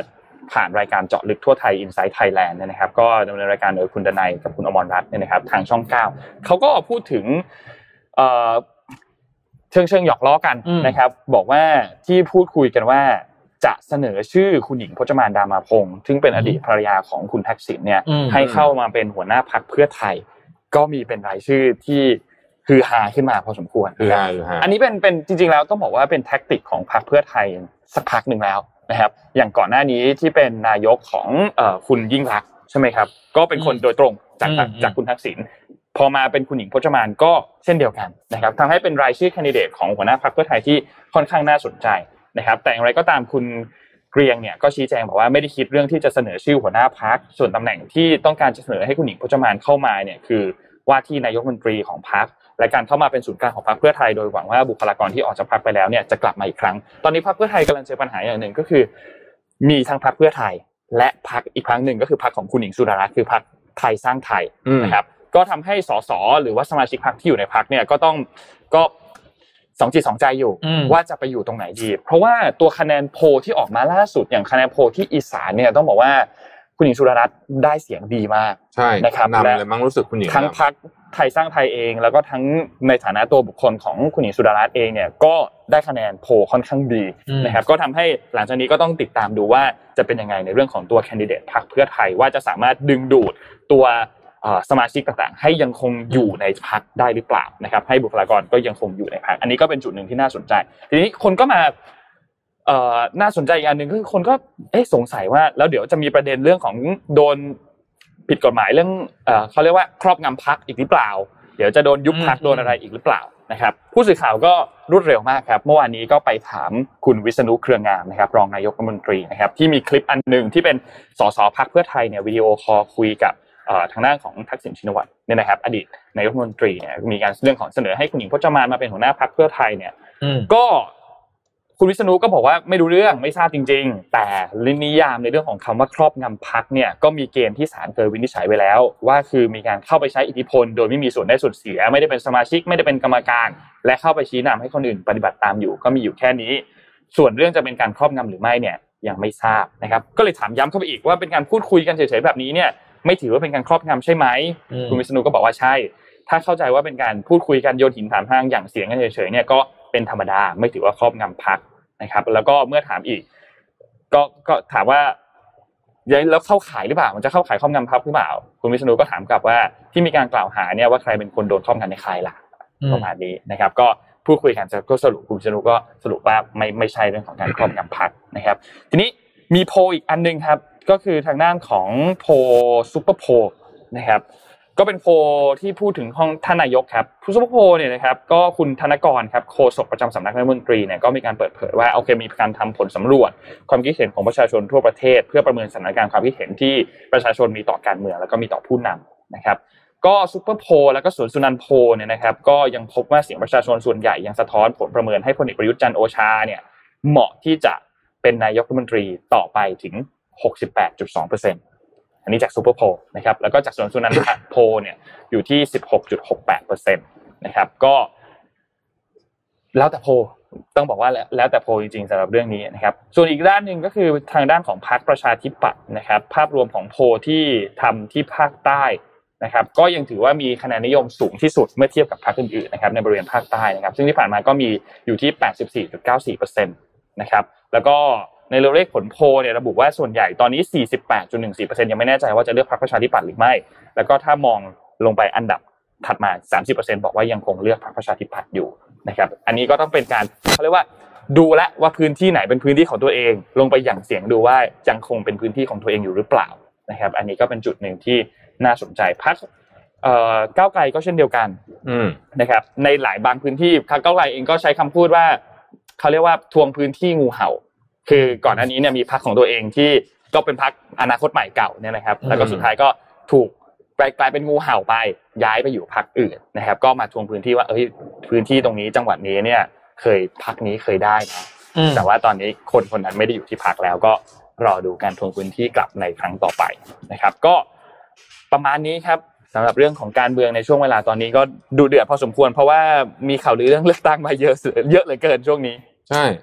ผ่านรายการเจาะลึกทั่วไทย Inside Thailand เนี่ยนะครับก็ดำเนินรายการโดยคุณดนัยกับคุณอมรรัตน์เนี่ยนะครับทางช่องเก้าเขาก็พูดถึงเอ่อเชิงเชิงหยอกล้อกันนะครับบอกว่าที่พูดคุยกันว่าจะเสนอชื่อคุณหญิงพจมานดามาพงษ์ซึ่งเป็นอดีตภรรยาของคุณทักษิณเนี่ยให้เข้ามาเป็นหัวหน้าพรรคเพื่อไทยก็มีเป็นรายชื่อที่ฮือฮาขึ้นมาพอสมควรอันนี้เป็นเป็นจริงๆแล้วต้องบอกว่าเป็นแท็กติกของพรรคเพื่อไทยสักพักนึงแล้วนะครับอย่างก่อนหน้านี้ที่เป็นนายกของเอ่อคุณยิ่งลักษณ์ใช่ไหมครับก็เป็นคนโดยตรงจากจากคุณทักษิณพอมาเป็นคุณหญิงพจมานก็เช่นเดียวกันนะครับทำให้เป็นรายชื่อแคนดิเดตของหัวหน้าพรรคเพื่อไทยที่ค่อนข้างน่าสนใจนะครับแต่อย่างไรก็ตามคุณเกรียงเนี่ยก็ชี้แจงบอกว่าไม่ได้คิดเรื่องที่จะเสนอชื่อหัวหน้าพรรคส่วนตำแหน่งที่ต้องการจะเสนอให้คุณหญิงพจมานเข้ามาเนี่ยคือว่าที่นายกรัฐมนตรีของพรรคและการเข้ามาเป็นศูนย์กลางของพรรคเพื่อไทยโดยหวังว่าบุคลากรที่ออกจากพรรคไปแล้วเนี่ยจะกลับมาอีกครั้งตอนนี้พรรคเพื่อไทยกำลังเจอปัญหาอย่างหนึ่งก็คือมีทั้งพรรคเพื่อไทยและพรรคอีกครั้งหนึ่งก็คือพรรคของคุณหญิงสุดารัตน์คือพรรคไทยสร้างไทยนะครับก็ทำให้สสหรือว่าสมาชิกพรรคที่อยู่ในพรรคเนี่ยก็ต้องก็สองจิตสองใจอยู่ว่าจะไปอยู่ตรงไหนดีเพราะว่าตัวคะแนนโพลที่ออกมาล่าสุดอย่างคะแนนโพลที่อีสานเนี่ยต้องบอกว่าคุณหญิงสุดารัตน์ได้เสียงดีมากใช่นะครับนำเลยมั้งรู้สึกคุณหญิงทั้งพรรคไทยสร้างไทยเองแล้วก็ทั้งในฐานะตัวบุคคลของคุณหญิงสุดารัตน์เองเนี่ยก็ได้คะแนนโพลค่อนข้างดีนะครับก็ทำให้หลังจากนี้ก็ต้องติดตามดูว่าจะเป็นยังไงในเรื่องของตัวแคนดิเดตพรรคเพื่อไทยว่าจะสามารถดึงดูดตัวสมาชิกต่างๆให้ยังคงอยู่ในพรรคได้หรือเปล่านะครับให้บุคลากรก็ยังคงอยู่ในพรรคอันนี้ก็เป็นจุดหนึ่งที่น่าสนใจทีนี้คนก็มาเอ่อน่าสนใจอีกอันนึงคือคนก็เอ๊ะสงสัยว่าแล้วเดี๋ยวจะมีประเด็นเรื่องของโดนผิดกฎหมายเรื่องเอ่อเค้าเรียกว่าครอบงำพรรคอีกหรือเปล่าเดี๋ยวจะโดนยุบพรรคโดนอะไรอีกหรือเปล่านะครับผู้สื่อข่าวก็รวดเร็วมากครับเมื่อวานนี้ก็ไปถามคุณวิษณุเครืองามนะครับรองนายกรัฐมนตรีนะครับที่มีคลิปอันนึงที่เป็นสสพรรคเพื่อไทยเนี่ยวิดีโอคอลคุยกับทางด้านของทักษิณชินวัตรเนี่ยนะครับอดีตนายกรัฐมนตรีเนี่ยมีการเรื่องของเสนอให้คุณหญิงพจมานมาเป็นหัวหน้าพรรคเพื่อไทยเนี่ยก็คุณวิษณุก็บอกว่าไม่รู้เรื่องไม่ทราบจริงๆแต่นิยามในเรื่องของคำว่าครอบงำพรรคเนี่ยก็มีเกณฑ์ที่ศาลเคยวินิจฉัยไว้แล้วว่าคือมีการเข้าไปใช้อิทธิพลโดยไม่มีส่วนได้ส่วนเสียไม่ได้เป็นสมาชิกไม่ได้เป็นกรรมการและเข้าไปชี้นำให้คนอื่นปฏิบัติตามอยู่ก็มีอยู่แค่นี้ส่วนเรื่องจะเป็นการครอบงำหรือไม่เนี่ยยังไม่ทราบนะครับก็เลยถามย้ำเข้าไปอีกว่าเป็นการพูดคุยกันเฉยๆแบบนี้เนี่ยไม่ถือว่าเป็นการครอบงำใช่ไหมคุณวิษณุก็บอกว่าใช่ถ้าเข้าใจว่าเป็นการพูดคุยกันโยนหินถามทางอย่างเสียงกันเฉยๆเนี่ยก็เป็นธรรมดาไม่ถือว่าครอบงำพรรคนะครับแล้วก็เมื่อถามอีกก็ก็ถามว่าแล้วเข้าข่ายหรือเปล่ามันจะเข้าข่ายครอบงำพรรคหรือเปล่าคุณวิษณุก็ถามกลับว่าที่มีการกล่าวหาเนี่ยว่าใครเป็นคนโดนครอบงำในใครล่ะประมาณนี้นะครับก็พูดคุยกันก็สรุปคุณวิษณุก็สรุปว่าไม่ไม่ใช่เรื่องของการครอบงำพรรคนะครับทีนี้มีโพลอีกอันนึงครับก็คือทางด้านของโพลซุปเปอร์โพลนะครับก็เป็นโพลที่พูดถึงห้องท่านนายกครับซุปเปอร์โพลเนี่ยนะครับก็คุณธนกรครับโฆษกประจำสำนักนายกรัฐมนตรีเนี่ยก็มีการเปิดเผยว่าโอเคมีการทำผลสำรวจความคิดเห็นของประชาชนทั่วประเทศเพื่อประเมินสถานการณ์ความคิดเห็นที่ประชาชนมีต่อการเมืองแล้วก็มีต่อผู้นำนะครับก็ซุปเปอร์โพลแล้วก็สวนสุนันท์โพลเนี่ยนะครับก็ยังพบว่าเสียงประชาชนส่วนใหญ่ยังสะท้อนผลประเมินให้พลเอกประยุทธ์จันทร์โอชาเนี่ยเหมาะที่จะเป็นนายกรัฐมนตรีต่อไปถึง หกสิบแปดจุดสองเปอร์เซ็นต์ อันนี้จากซุปเปอร์โพลนะครับแล้วก็จากสวนสุนันท์โพลเนี่ยอยู่ที่ สิบหกจุดหกแปดเปอร์เซ็นต์ นะครับก็แล้วแต่โพลต้องบอกว่าแล้วแต่โพลจริงๆสำหรับเรื่องนี้นะครับส่วนอีกด้านนึงก็คือทางด้านของพรรคประชาธิปัตย์นะครับภาพรวมของโพลที่ทำที่ภาคใต้นะครับก็ยังถือว่ามีคะแนนนิยมสูงที่สุดเมื่อเทียบกับพรรคอื่นๆนะครับในบริเวณภาคใต้นะครับซึ่งที่ผ่านมาก็มีอยู่ที่ แปดสิบสี่จุดเก้าสี่เปอร์เซ็นต์ นะครับแล้วก็ในเลขผลโพลเนี่ยระบุว่าส่วนใหญ่ตอนนี้ สี่สิบแปดจุดหนึ่งสี่เปอร์เซ็นต์ ยังไม่แน่ใจว่าจะเลือกพรรคประชาธิปัตย์หรือไม่แล้วก็ถ้ามองลงไปอันดับถัดมา สามสิบเปอร์เซ็นต์ บอกว่ายังคงเลือกพรรคประชาธิปัตย์อยู่นะครับอันนี้ก็ต้องเป็นการเค้าเรียกว่าดูแลว่าพื้นที่ไหนเป็นพื้นที่ของตัวเองลงไปหยั่งเสียงดูว่ายังคงเป็นพื้นที่ของตัวเองอยู่หรือเปล่านะครับอันนี้ก็เป็นจุดนึงที่น่าสนใจพรรคเอ่อก้าวไกลก็เช่นเดียวกันอืมนะครับในหลายบางพื้นที่พรรคก้าวไกลเองก็ใช้คำพูดว่าเค้าเรียกว่าทวงพื้นที่งูเห่าคือก่อนหน้านี้เนี่ยมีพรรคของตัวเองที่ก็เป็นพรรคอนาคตใหม่เก่าเนี่ยนะครับแล้วก็สุดท้ายก็ถูกกลายเป็นงูเห่าไปย้ายไปอยู่พรรคอื่นนะครับก็มาทวงพื้นที่ว่าเอ้ยพื้นที่ตรงนี้จังหวัดนี้เนี่ยเคยพรรคนี้เคยได้นะแต่ว่าตอนนี้คนคนนั้นไม่ได้อยู่ที่พรรคแล้วก็รอดูการทวงพื้นที่กลับในครั้งต่อไปนะครับก็ประมาณนี้ครับสำหรับเรื่องของการเมืองในช่วงเวลาตอนนี้ก็ดุเดือดพอสมควรเพราะว่ามีข่าวลือเรื่องเลือกตั้งมาเยอะเยอะเหลือเกินช่วงนี้ใช่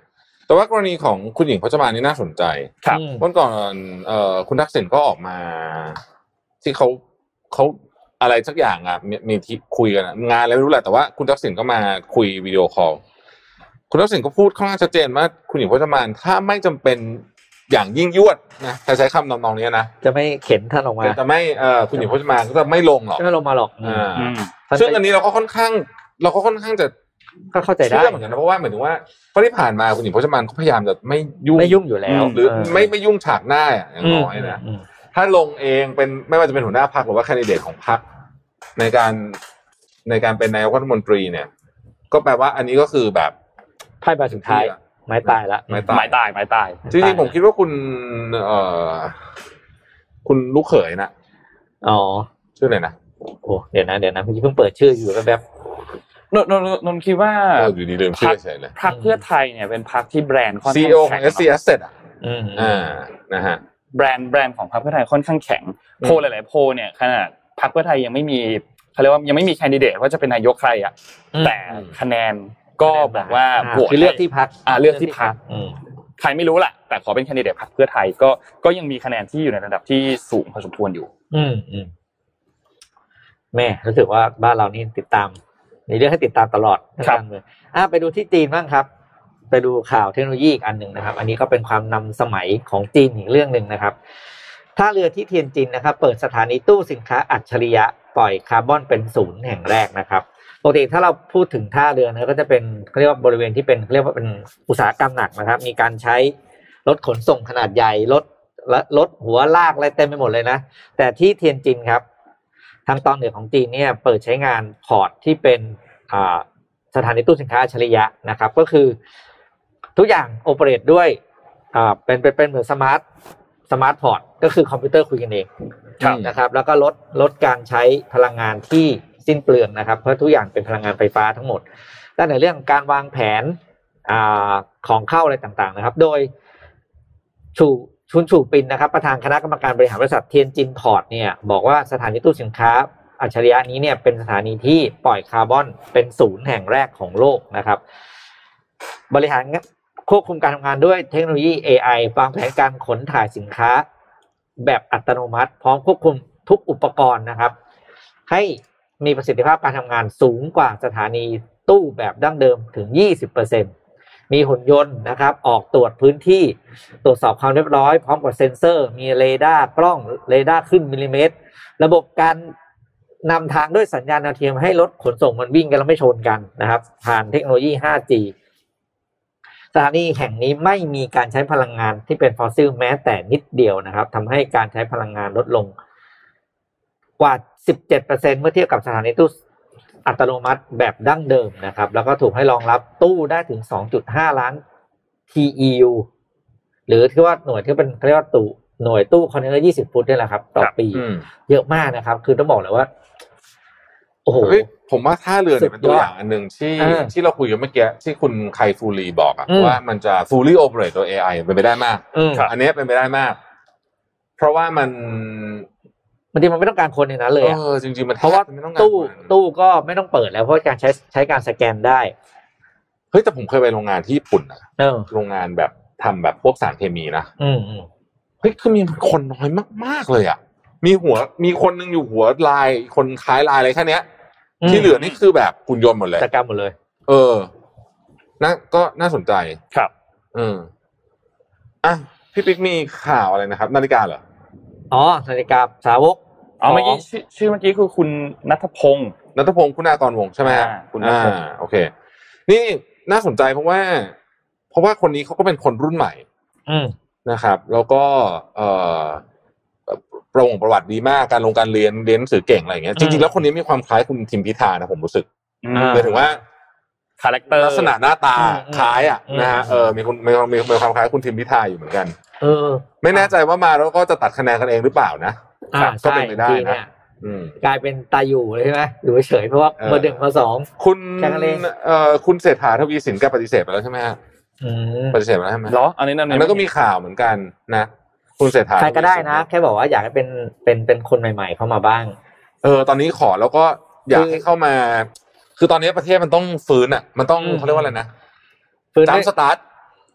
แต่ว่ากรณีของคุณหญิงพจมานนี่น่าสนใจครับวันก่อนเอ่อคุณทักษิณก็ออกมาที่เขาเขาอะไรสักอย่างอ่ะมีมีที่คุยกันงานอะไรไม่รู้แหละแต่ว่าคุณทักษิณก็มาคุยวิดีโอคอลคุณทักษิณก็พูดค่อนข้างชัดเจนว่าคุณหญิงพจมานถ้าไม่จำเป็นอย่างยิ่งยวดนะใช้ใช้คำนองๆนี้นะจะไม่เข็นท่านออกมาจะไม่เอ่อคุณหญิงพจมานก็จะไม่ลงหรอกไม่ลงมาหรอกอ่าซึ่งอันนี้เราก็ค่อนข้างเราก็ค่อนข้างจะก็เข้าใจได้เหมือนกันนะเพราะว่าเหมือนถึงว่าเพราะที่ผ่านมาคุณหญิงพจมานก็พยายามจะไม่ยุ่งไม่ยุ่งอยู่แล้วหรือไม่ไม่ยุ่งฉากหน้าอย่างน้อยนะถ้าลงเองเป็นไม่ว่าจะเป็นหัวหน้าพรรคหรือว่าแคนดิเดตของพรรคในการในการเป็นนายกรัฐมนตรีเนี่ยก็แปลว่าอันนี้ก็คือแบบไพ่ใบสุดท้ายไม้ตายละไม้ตายไม้ตายไม้ตายจริงๆผมคิดว่าคุณเอ่อคุณลูกเขยนะอ๋อชื่ออะไรนะโอ้เดี๋ยวนะเดี๋ยวนะเมื่อกี้เพิ่งเปิดชื่ออยู่แบบนนนนคิดว่าอยู่ดีลืมชื่อเฉยเลยพรรคเพื่อไทยเนี่ยเป็นพรรคที่แบรนด์ค่อนข้างซี อี โอ ของ เอส ซี Asset อ่ะอ่านะฮะแบรนด์แบรนด์ของพรรคเพื่อไทยค่อนข้างแข็งโพลหลายๆโพลเนี่ยขนาดพรรคเพื่อไทยยังไม่มีเขาเรียกว่ายังไม่มีแคนดิเดตว่าจะเป็นนายกใครอ่ะแต่คะแนนก็บอกว่าโหวตเลือกที่พรรคอ่าเลือกที่พรรคใครไม่รู้แหละแต่ขอเป็นแคนดิเดตพรรคเพื่อไทยก็ก็ยังมีคะแนนที่อยู่ในระดับที่สูงพอสมควรอยู่อืมอืมแม่รู้สึกว่าบ้านเรานี่ติดตามมีเรื่องให้ติดตามตลอดครับอ่ะไปดูที่จีนบ้างครับไปดูข่าวเทคโนโลยีอีกอันหนึ่งนะครับอันนี้ก็เป็นความนำสมัยของจีนอีกเรื่องนึงนะครับท่าเรือที่เทียนจินนะครับเปิดสถานีตู้สินค้าอัจฉริยะปล่อยคาร์บอนเป็นศูนย์แห่งแรกนะครับปกติถ้าเราพูดถึงท่าเรือนะก็จะเป็นเขาเรียกว่าบริเวณที่เป็นเรียกว่าเป็นอุตสาหกรรมหนักนะครับมีการใช้รถขนส่งขนาดใหญ่รถและรถหัวลากอะไรเต็มไปหมดเลยนะแต่ที่เทียนจินครับทางตอนเหนือของจีนเนี่ยเปิดใช้งานพอร์ตที่เป็นสถานีตู้สินค้าอัจฉริยะนะครับก็คือทุกอย่างโอเปเรตด้วยเป็นเป็นเป็นเหมือนสมาร์ทสมาร์ทพอร์ตก็คือคอมพิวเตอร์คุยกันเองนะครับแล้วก็ลดลดการใช้พลังงานที่สิ้นเปลืองนะครับเพราะทุกอย่างเป็นพลังงานไฟฟ้าทั้งหมดและในเรื่องการวางแผนของเข้าอะไรต่างๆนะครับโดยชูชุนชูปินนะครับประธานคณะกรรมการบริหารบริษัทเทียนจินพอร์ตเนี่ยบอกว่าสถานีตู้สินค้าอัจฉริยะนี้เนี่ยเป็นสถานีที่ปล่อยคาร์บอนเป็นศูนย์แห่งแรกของโลกนะครับบริหารควบคุมการทำงานด้วยเทคโนโลยี เอ ไอ วางแผนการขนถ่ายสินค้าแบบอัตโนมัติพร้อมควบคุมทุกอุปกรณ์นะครับให้มีประสิทธิภาพการทำงานสูงกว่าสถานีตู้แบบดั้งเดิมถึง ยี่สิบเปอร์เซ็นต์ มีหุ่นยนต์นะครับออกตรวจพื้นที่ตรวจสอบความเรียบร้อยพร้อมกับเซ็นเซอร์มีเรดาร์กล้องเรดาร์ขึ้นมิลลิเมตรระบบการนำทางด้วยสัญญาณดาวเทียมให้รถขนส่งมันวิ่งกันแล้วไม่ชนกันนะครับผ่านเทคโนโลยี ห้าจี สถานีแห่งนี้ไม่มีการใช้พลังงานที่เป็นฟอสซิลแม้แต่นิดเดียวนะครับทำให้การใช้พลังงานลดลงกว่า สิบเจ็ดเปอร์เซ็นต์ เมื่อเทียบกับสถานีตู้อัตโนมัติแบบดั้งเดิมนะครับแล้วก็ถูกให้รองรับตู้ได้ถึง สองจุดห้า ล้าน ที อี ยู หรือที่ว่าหน่วยที่เป็นเรียกว่าตู้หน่วยตู้คอนเทนเนอร์ยี่สิบฟุตนี่แหละครับต่อปีเยอะมากนะครับคือต้องบอกเลยว่าโอ้โหผมว่าท่าเรือเนี่ยเป็นตัวอย่างอันนึงที่ที่เราคุยกันเมื่อกี้ที่คุณไคฟูรีบอกอะว่ามันจะ fully operate ตัว เอ ไอ เป็นไปได้มากอันนี้เป็นไปได้มากเพราะว่ามันบางทีมันไม่ต้องการคนในนั้นเลยเออจริงๆมันเพราะว่าตู้ตู้ก็ไม่ต้องเปิดแล้วเพราะการใช้ใช้การสแกนได้เฮ้ยแต่ผมเคยไปโรงงานที่ญี่ปุ่นอะโรงงานแบบทำแบบพวกสารเคมีนะอืมเฮ้ยคือมีคนน้อยมากๆเลยอะมีหัวมีคนนึงอยู่หัวลายคนคล้ายลายอะไรแค่เนี้ยที่เหลือนี่คือแบบหุ่นยนต์หมดเลยจัดการหมดเลยเออน่าก็น่าสนใจครับอืมอ่ะพี่ปิ๊กมีข่าวอะไรนะครับนาฬิกาเหรออ๋อนาฬิกาสาวกอ๋อเมื่อกี้ชื่อเมื่อกี้คือคุณณัฐพงศ์ณัฐพงศ์คุณากรวงศ์ใช่ไหมฮะคุณณัฐพงศ์โอเคนี่น่าสนใจเพราะว่าเพราะว่าคนนี้เขาก็เป็นคนรุ่นใหม่นะครับแล้วก็เอ่อประวัติประวัติดีมากการลงการเรียนเรียนหนังสือเก่งอะไรอย่างเงี้ยจริงๆแล้วคนนี้มีความคล้ายคุณทิมพิธานะผมรู้สึกหมายถึงว่าคาแรคเตอร์ลักษณะหน้าตาคล้ายอ่ะนะฮะเออมีคนมีมีมีความคล้ายคุณทิมพิธาอยู่เหมือนกันเออไม่แน่ใจว่ามาแล้วก็จะตัดคะแนนกันเองหรือเปล่านะก็เป็นไปได้นะกลายเป็นตาอยู่เลยใช่ไหมอยู่เฉยเพราะว่าเบอร์หนึ่งเบอร์สองคุณเอ่อคุณเศรษฐาทวีสินก็ปฏิเสธไปแล้วใช่ไหมฮะปฏิเสธไปแล้วใช่ไหมเหรออันนี้นั่นแล้วก็มีข่าวเหมือนกันนะคุณเศรษฐาใครก็ได้นะแค่บอกว่าอยากให้เป็นเป็นเป็นคนใหม่ๆเข้ามาบ้างเออตอนนี้ขอแล้วก็อยากให้เข้ามาคือตอนนี้ประเทศมันต้องฟื้นอ่ะมันต้องเขาเรียกว่าอะไรนะฟื้นจัมป์สตาร์ท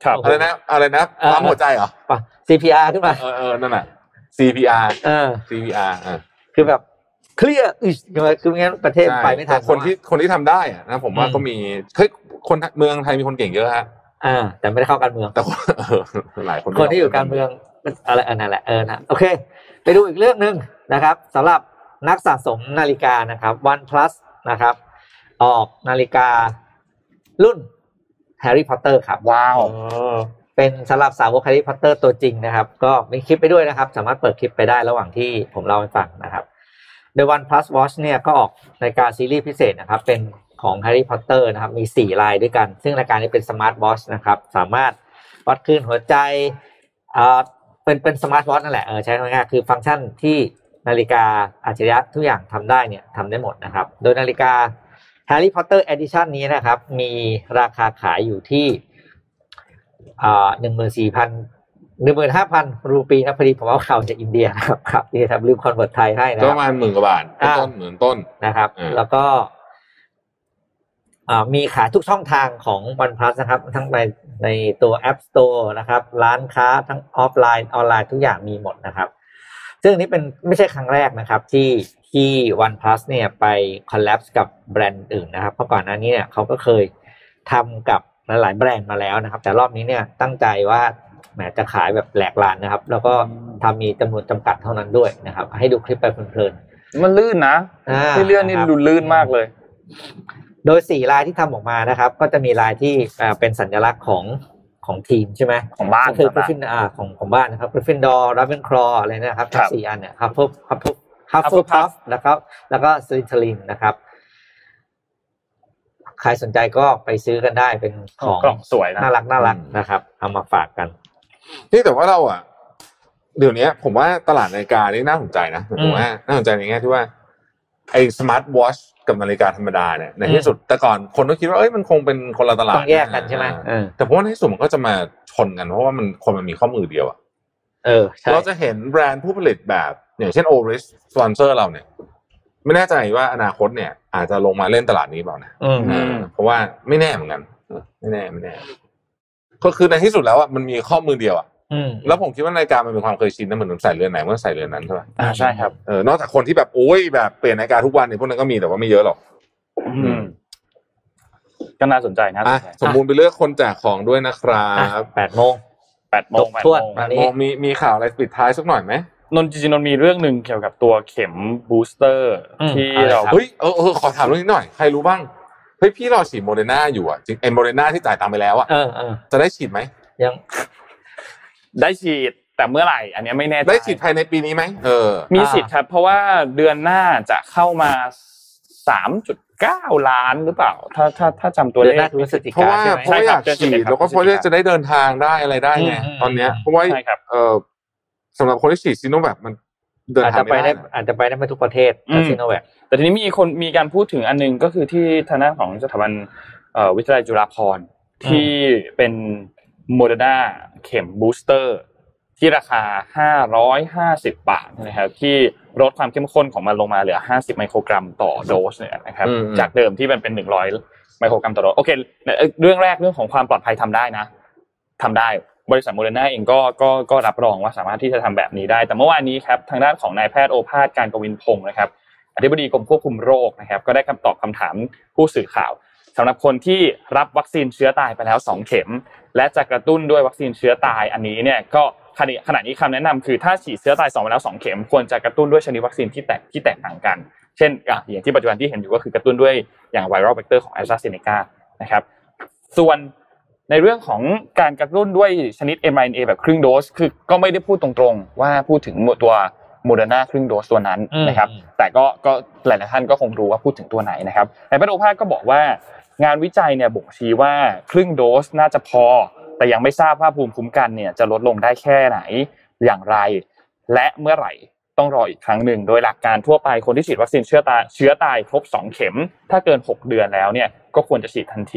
อะไรนะอะไรนะปั๊มหัวใจเหรอซี พี อาร์ ขึ้นมาเออเออนั่นน่ะ ซี พี อาร์เออซี พี อาร์ อ่ะคือแบบเคลียร์อึชคือไม่งั้นประเทศไปไม่ทันคนที่คนที่ทำได้อ่ะนะผมว่าก็มีเฮ้ยคนเมืองไทยมีคนเก่งเยอะฮะอ่าแต่ไม่ได้เข้าการเมืองแต่หลายคนคนที่อยู่การเมืองอะไรเออนั่นแหละเออนะโอเคไปดูอีกเรื่องนึงนะครับสำหรับนักสะสมนาฬิกานะครับ OnePlus นะครับออกนาฬิการุ่น Harry Potter ครับว้าวเป็นสำหรับสาวก Harry Potter ตัวจริงนะครับก็มีคลิปไปด้วยนะครับสามารถเปิดคลิปไปได้ระหว่างที่ผมเล่าให้ฟังนะครับโดย OnePlus Watch เนี่ยก็ออกนาฬิกาซีรีส์พิเศษนะครับเป็นของ Harry Potter นะครับมีสี่ลายด้วยกันซึ่งรายการนี้เป็น Smart Watch นะครับสามารถวัดคลื่นหัวใจอ่าเป็นเป็น Smart Watch นั่นแหละเออใช้ง่ายๆคือฟังก์ชันที่นาฬิกาอัจฉริยะทุกอย่างทำได้เนี่ยทำได้หมดนะครับโดยนาฬิกา Harry Potter Edition นี้นะครับมีราคาขายอยู่ที่อ่า หนึ่งหมื่นสี่พัน หนึ่งหมื่นห้าพัน รูปีนะพอดีผมเอาข่าวจากอินเดียนะครับครับนี่ทำลืมคอนเวิร์ตไทยให้นะประมาณหมื่นกว่าบาทต้นหมื่นต้นนะครับแล้วก็อ่ามีขายทุกช่องทางของ OnePlus นะครับทั้งในในตัว App Store นะครับร้านค้าทั้งออฟไลน์ออนไลน์ทุกอย่างมีหมดนะครับซึ่งนี้เป็นไม่ใช่ครั้งแรกนะครับที่ที่ OnePlus เนี่ยไปคอลแลบกับแบรนด์อื่นนะครับเพราะก่อนหน้านี้เนี่ยเขาก็เคยทำกับหลายๆแบรนด์มาแล้วนะครับแต่รอบนี้เนี่ยตั้งใจว่าแหมจะขายแบบแหลกลานนะครับแล้วก็ทำมีจำนวนจำกัดเท่านั้นด้วยนะครับให้ดูคลิปไปเพลินๆมันลื่นนะที่เลื่อนนี่ดูลื่นมากเลยโดยสี่ลายที่ทำออกมานะครับก็จะมีลายที่เป็นสัญลักษณ์ของของทีมใช่ไหมของบ้านก็คือกริฟฟินอ่าของของบ้านนะครับกริฟฟินดอร์ราเวนคลอว์อะไรนะครับทั้งสี่อันเนี่ยฮัฟเฟิลฮัฟเฟิลฮัฟเฟิลพัฟแล้วก็แล้วก็สลิทลินนะครับใครสนใจก็ไปซื้อกันได้เป็นของกล่องสวยนะน่ารักน่ารักนะครับเอามาฝากกันนี่แต่ว่าเราอ่ะเดี๋ยวนี้ผมว่าตลาดนาฬิกานี่น่าสนใจนะผมว่าน่าสนใจในแง่ที่ว่าไอ้สมาร์ทวอชกับนาฬิกาธรรมดาเนี่ยในที่สุดแต่ก่อนคนก็คิดว่าเอ้ยมันคงเป็นคนละตลาดต้องแยกกันใช่ไหมแต่เพราะว่าในที่สุดมันก็จะมาชนกันเพราะว่ามันคนมันมีข้อมือเดียวอ่ะเออเราจะเห็นแบรนด์ผู้ผลิตแบบอย่างเช่น Oris สปอนเซอร์เราเนี่ยไม่แน่ใจว่าอนาคตเนี่ยอาจจะลงมาเล่นตลาดนี้เปล่านะเพราะว่าไม่แน่เหมือนกันไม่แน่ไม่แน่ก็คือในที่สุดแล้วอ่ะมันมีข้อมือเดียวอ่ะแล้วผมคิดว่านาฬิกามันเป็นความเคยชินนะเหมือนใส่เรือนไหนมันใส่เรือนนั้นใช่ป่ะอ่าใช่ครับเออนอกจากคนที่แบบโอ้ยแบบเปลี่ยนนาฬิกาทุกวันเนี่ยพวกนั้นก็มีแต่ว่าไม่เยอะหรอกอืมก็น่าสนใจนะสมมุติไปเลือกคนแจกของด้วยนะครับแปดโมงแปดโมงแปดโมงแปดโมงมีมีข่าวอะไรปิดท้ายสักหน่อยไหมนนจริงๆนนมีเรื่องนึงเกี่ยวกับตัวเข็มบูสเตอร์ที่เราเฮ้ยเออเออขอถามเรื่องนี้หน่อยใครรู้บ้างเฮ้ยพี่รอฉีดโมเดอร์นาอยู่อ่ะจริงไอ้โมเดอร์นาที่จ่ายตังค์ไปแล้วอ่ะเออเออจะได้ฉีดไหมยังได้ฉีดแต่เมื่อไหร่อันนี้ไม่แน่ใจได้ฉีดภายในปีนี้ไหมเออมีสิทธิ์ครับเพราะว่าเดือนหน้าจะเข้ามา สามจุดเก้า ล้านหรือเปล่าถ้าถ้าถ้าจำตัวเลขเพราะว่าเพราะอยากฉีดแล้วก็เพราะจะได้เดินทางได้อะไรได้ไงตอนเนี้ยเพราะว่าเออสำหรับคนที่ฉีดซิโนแวคมันเดินทางไม่ได้อาจจะไปได้ไม่ทุกประเทศซิโนแวคแต่ทีนี้มีคนมีการพูดถึงอันนึงก็คือที่ทางด้านของสถาบันวิทยาลัยจุฬาภรณ์ที่เป็นโมเดอร์นาเข็มบูสเตอร์ที่ราคาห้าร้อยห้าสิบบาทนะครับที่ลดความเข้มข้นของมันลงมาเหลือห้าสิบไมโครกรัมต่อโดสเนี่ยนะครับจากเดิมที่มันเป็นหนึ่งร้อยไมโครกรัมต่อโดสโอเคเรื่องแรกเรื่องของความปลอดภัยทำได้นะทำได้บริษัทโมเดอร์นาเองก็ก็ก็รับรองว่าสามารถที่จะทำแบบนี้ได้แต่เมื่อวานนี้ครับทางด้านของนายแพทย์โอภาสการกวินพงศ์นะครับอธิบดีกรมควบคุมโรคนะครับก็ได้คำตอบคำถามผู้สื่อข่าวสำหรับคนที่รับวัคซีนเชื้อตายไปแล้วสองเข็มและจะกระตุ้นด้วยวัคซีนเชื้อตายอันนี้เนี่ยก็ขณะนี้คำแนะนำคือถ้าฉีดเชื้อตายสองไปแล้วสองเข็มควรจะกระตุ้นด้วยชนิดวัคซีนที่แตกที่แตกต่างกันเช่นอย่างที่ปัจจุบันที่เห็นอยู่ก็คือกระตุ้นด้วยอย่างไวรัลเวกเตอร์ของ AstraZeneca นะครับส่วนในเรื่องของการกระตุ้นด้วยชนิด เอ็ม อาร์ เอ็น เอ แบบครึ่งโดสคือก็ไม่ได้พูดตรงๆว่าพูดถึงตัวโมเดอร์นาครึ่งโดสตัวนั้นนะครับแต่ก็ก็หลายๆท่านก็คงรู้ว่าพูดถึงตัวไหนนะครับนายแพทย์โอภาสก็บอกว่างานวิจัยเนี่ยบ่งชี้ว่าครึ่งโดสน่าจะพอแต่ยังไม่ทราบว่าภูมิคุ้มกันเนี่ยจะลดลงได้แค่ไหนอย่างไรและเมื่อไหร่ต้องรออีกครั้งหนึ่งโดยหลักการทั่วไปคนที่ฉีดวัคซีนเชื้อตายเชื้อตายครบสองเข็มถ้าเกินหกเดือนแล้วเนี่ยก็ควรจะฉีดทันที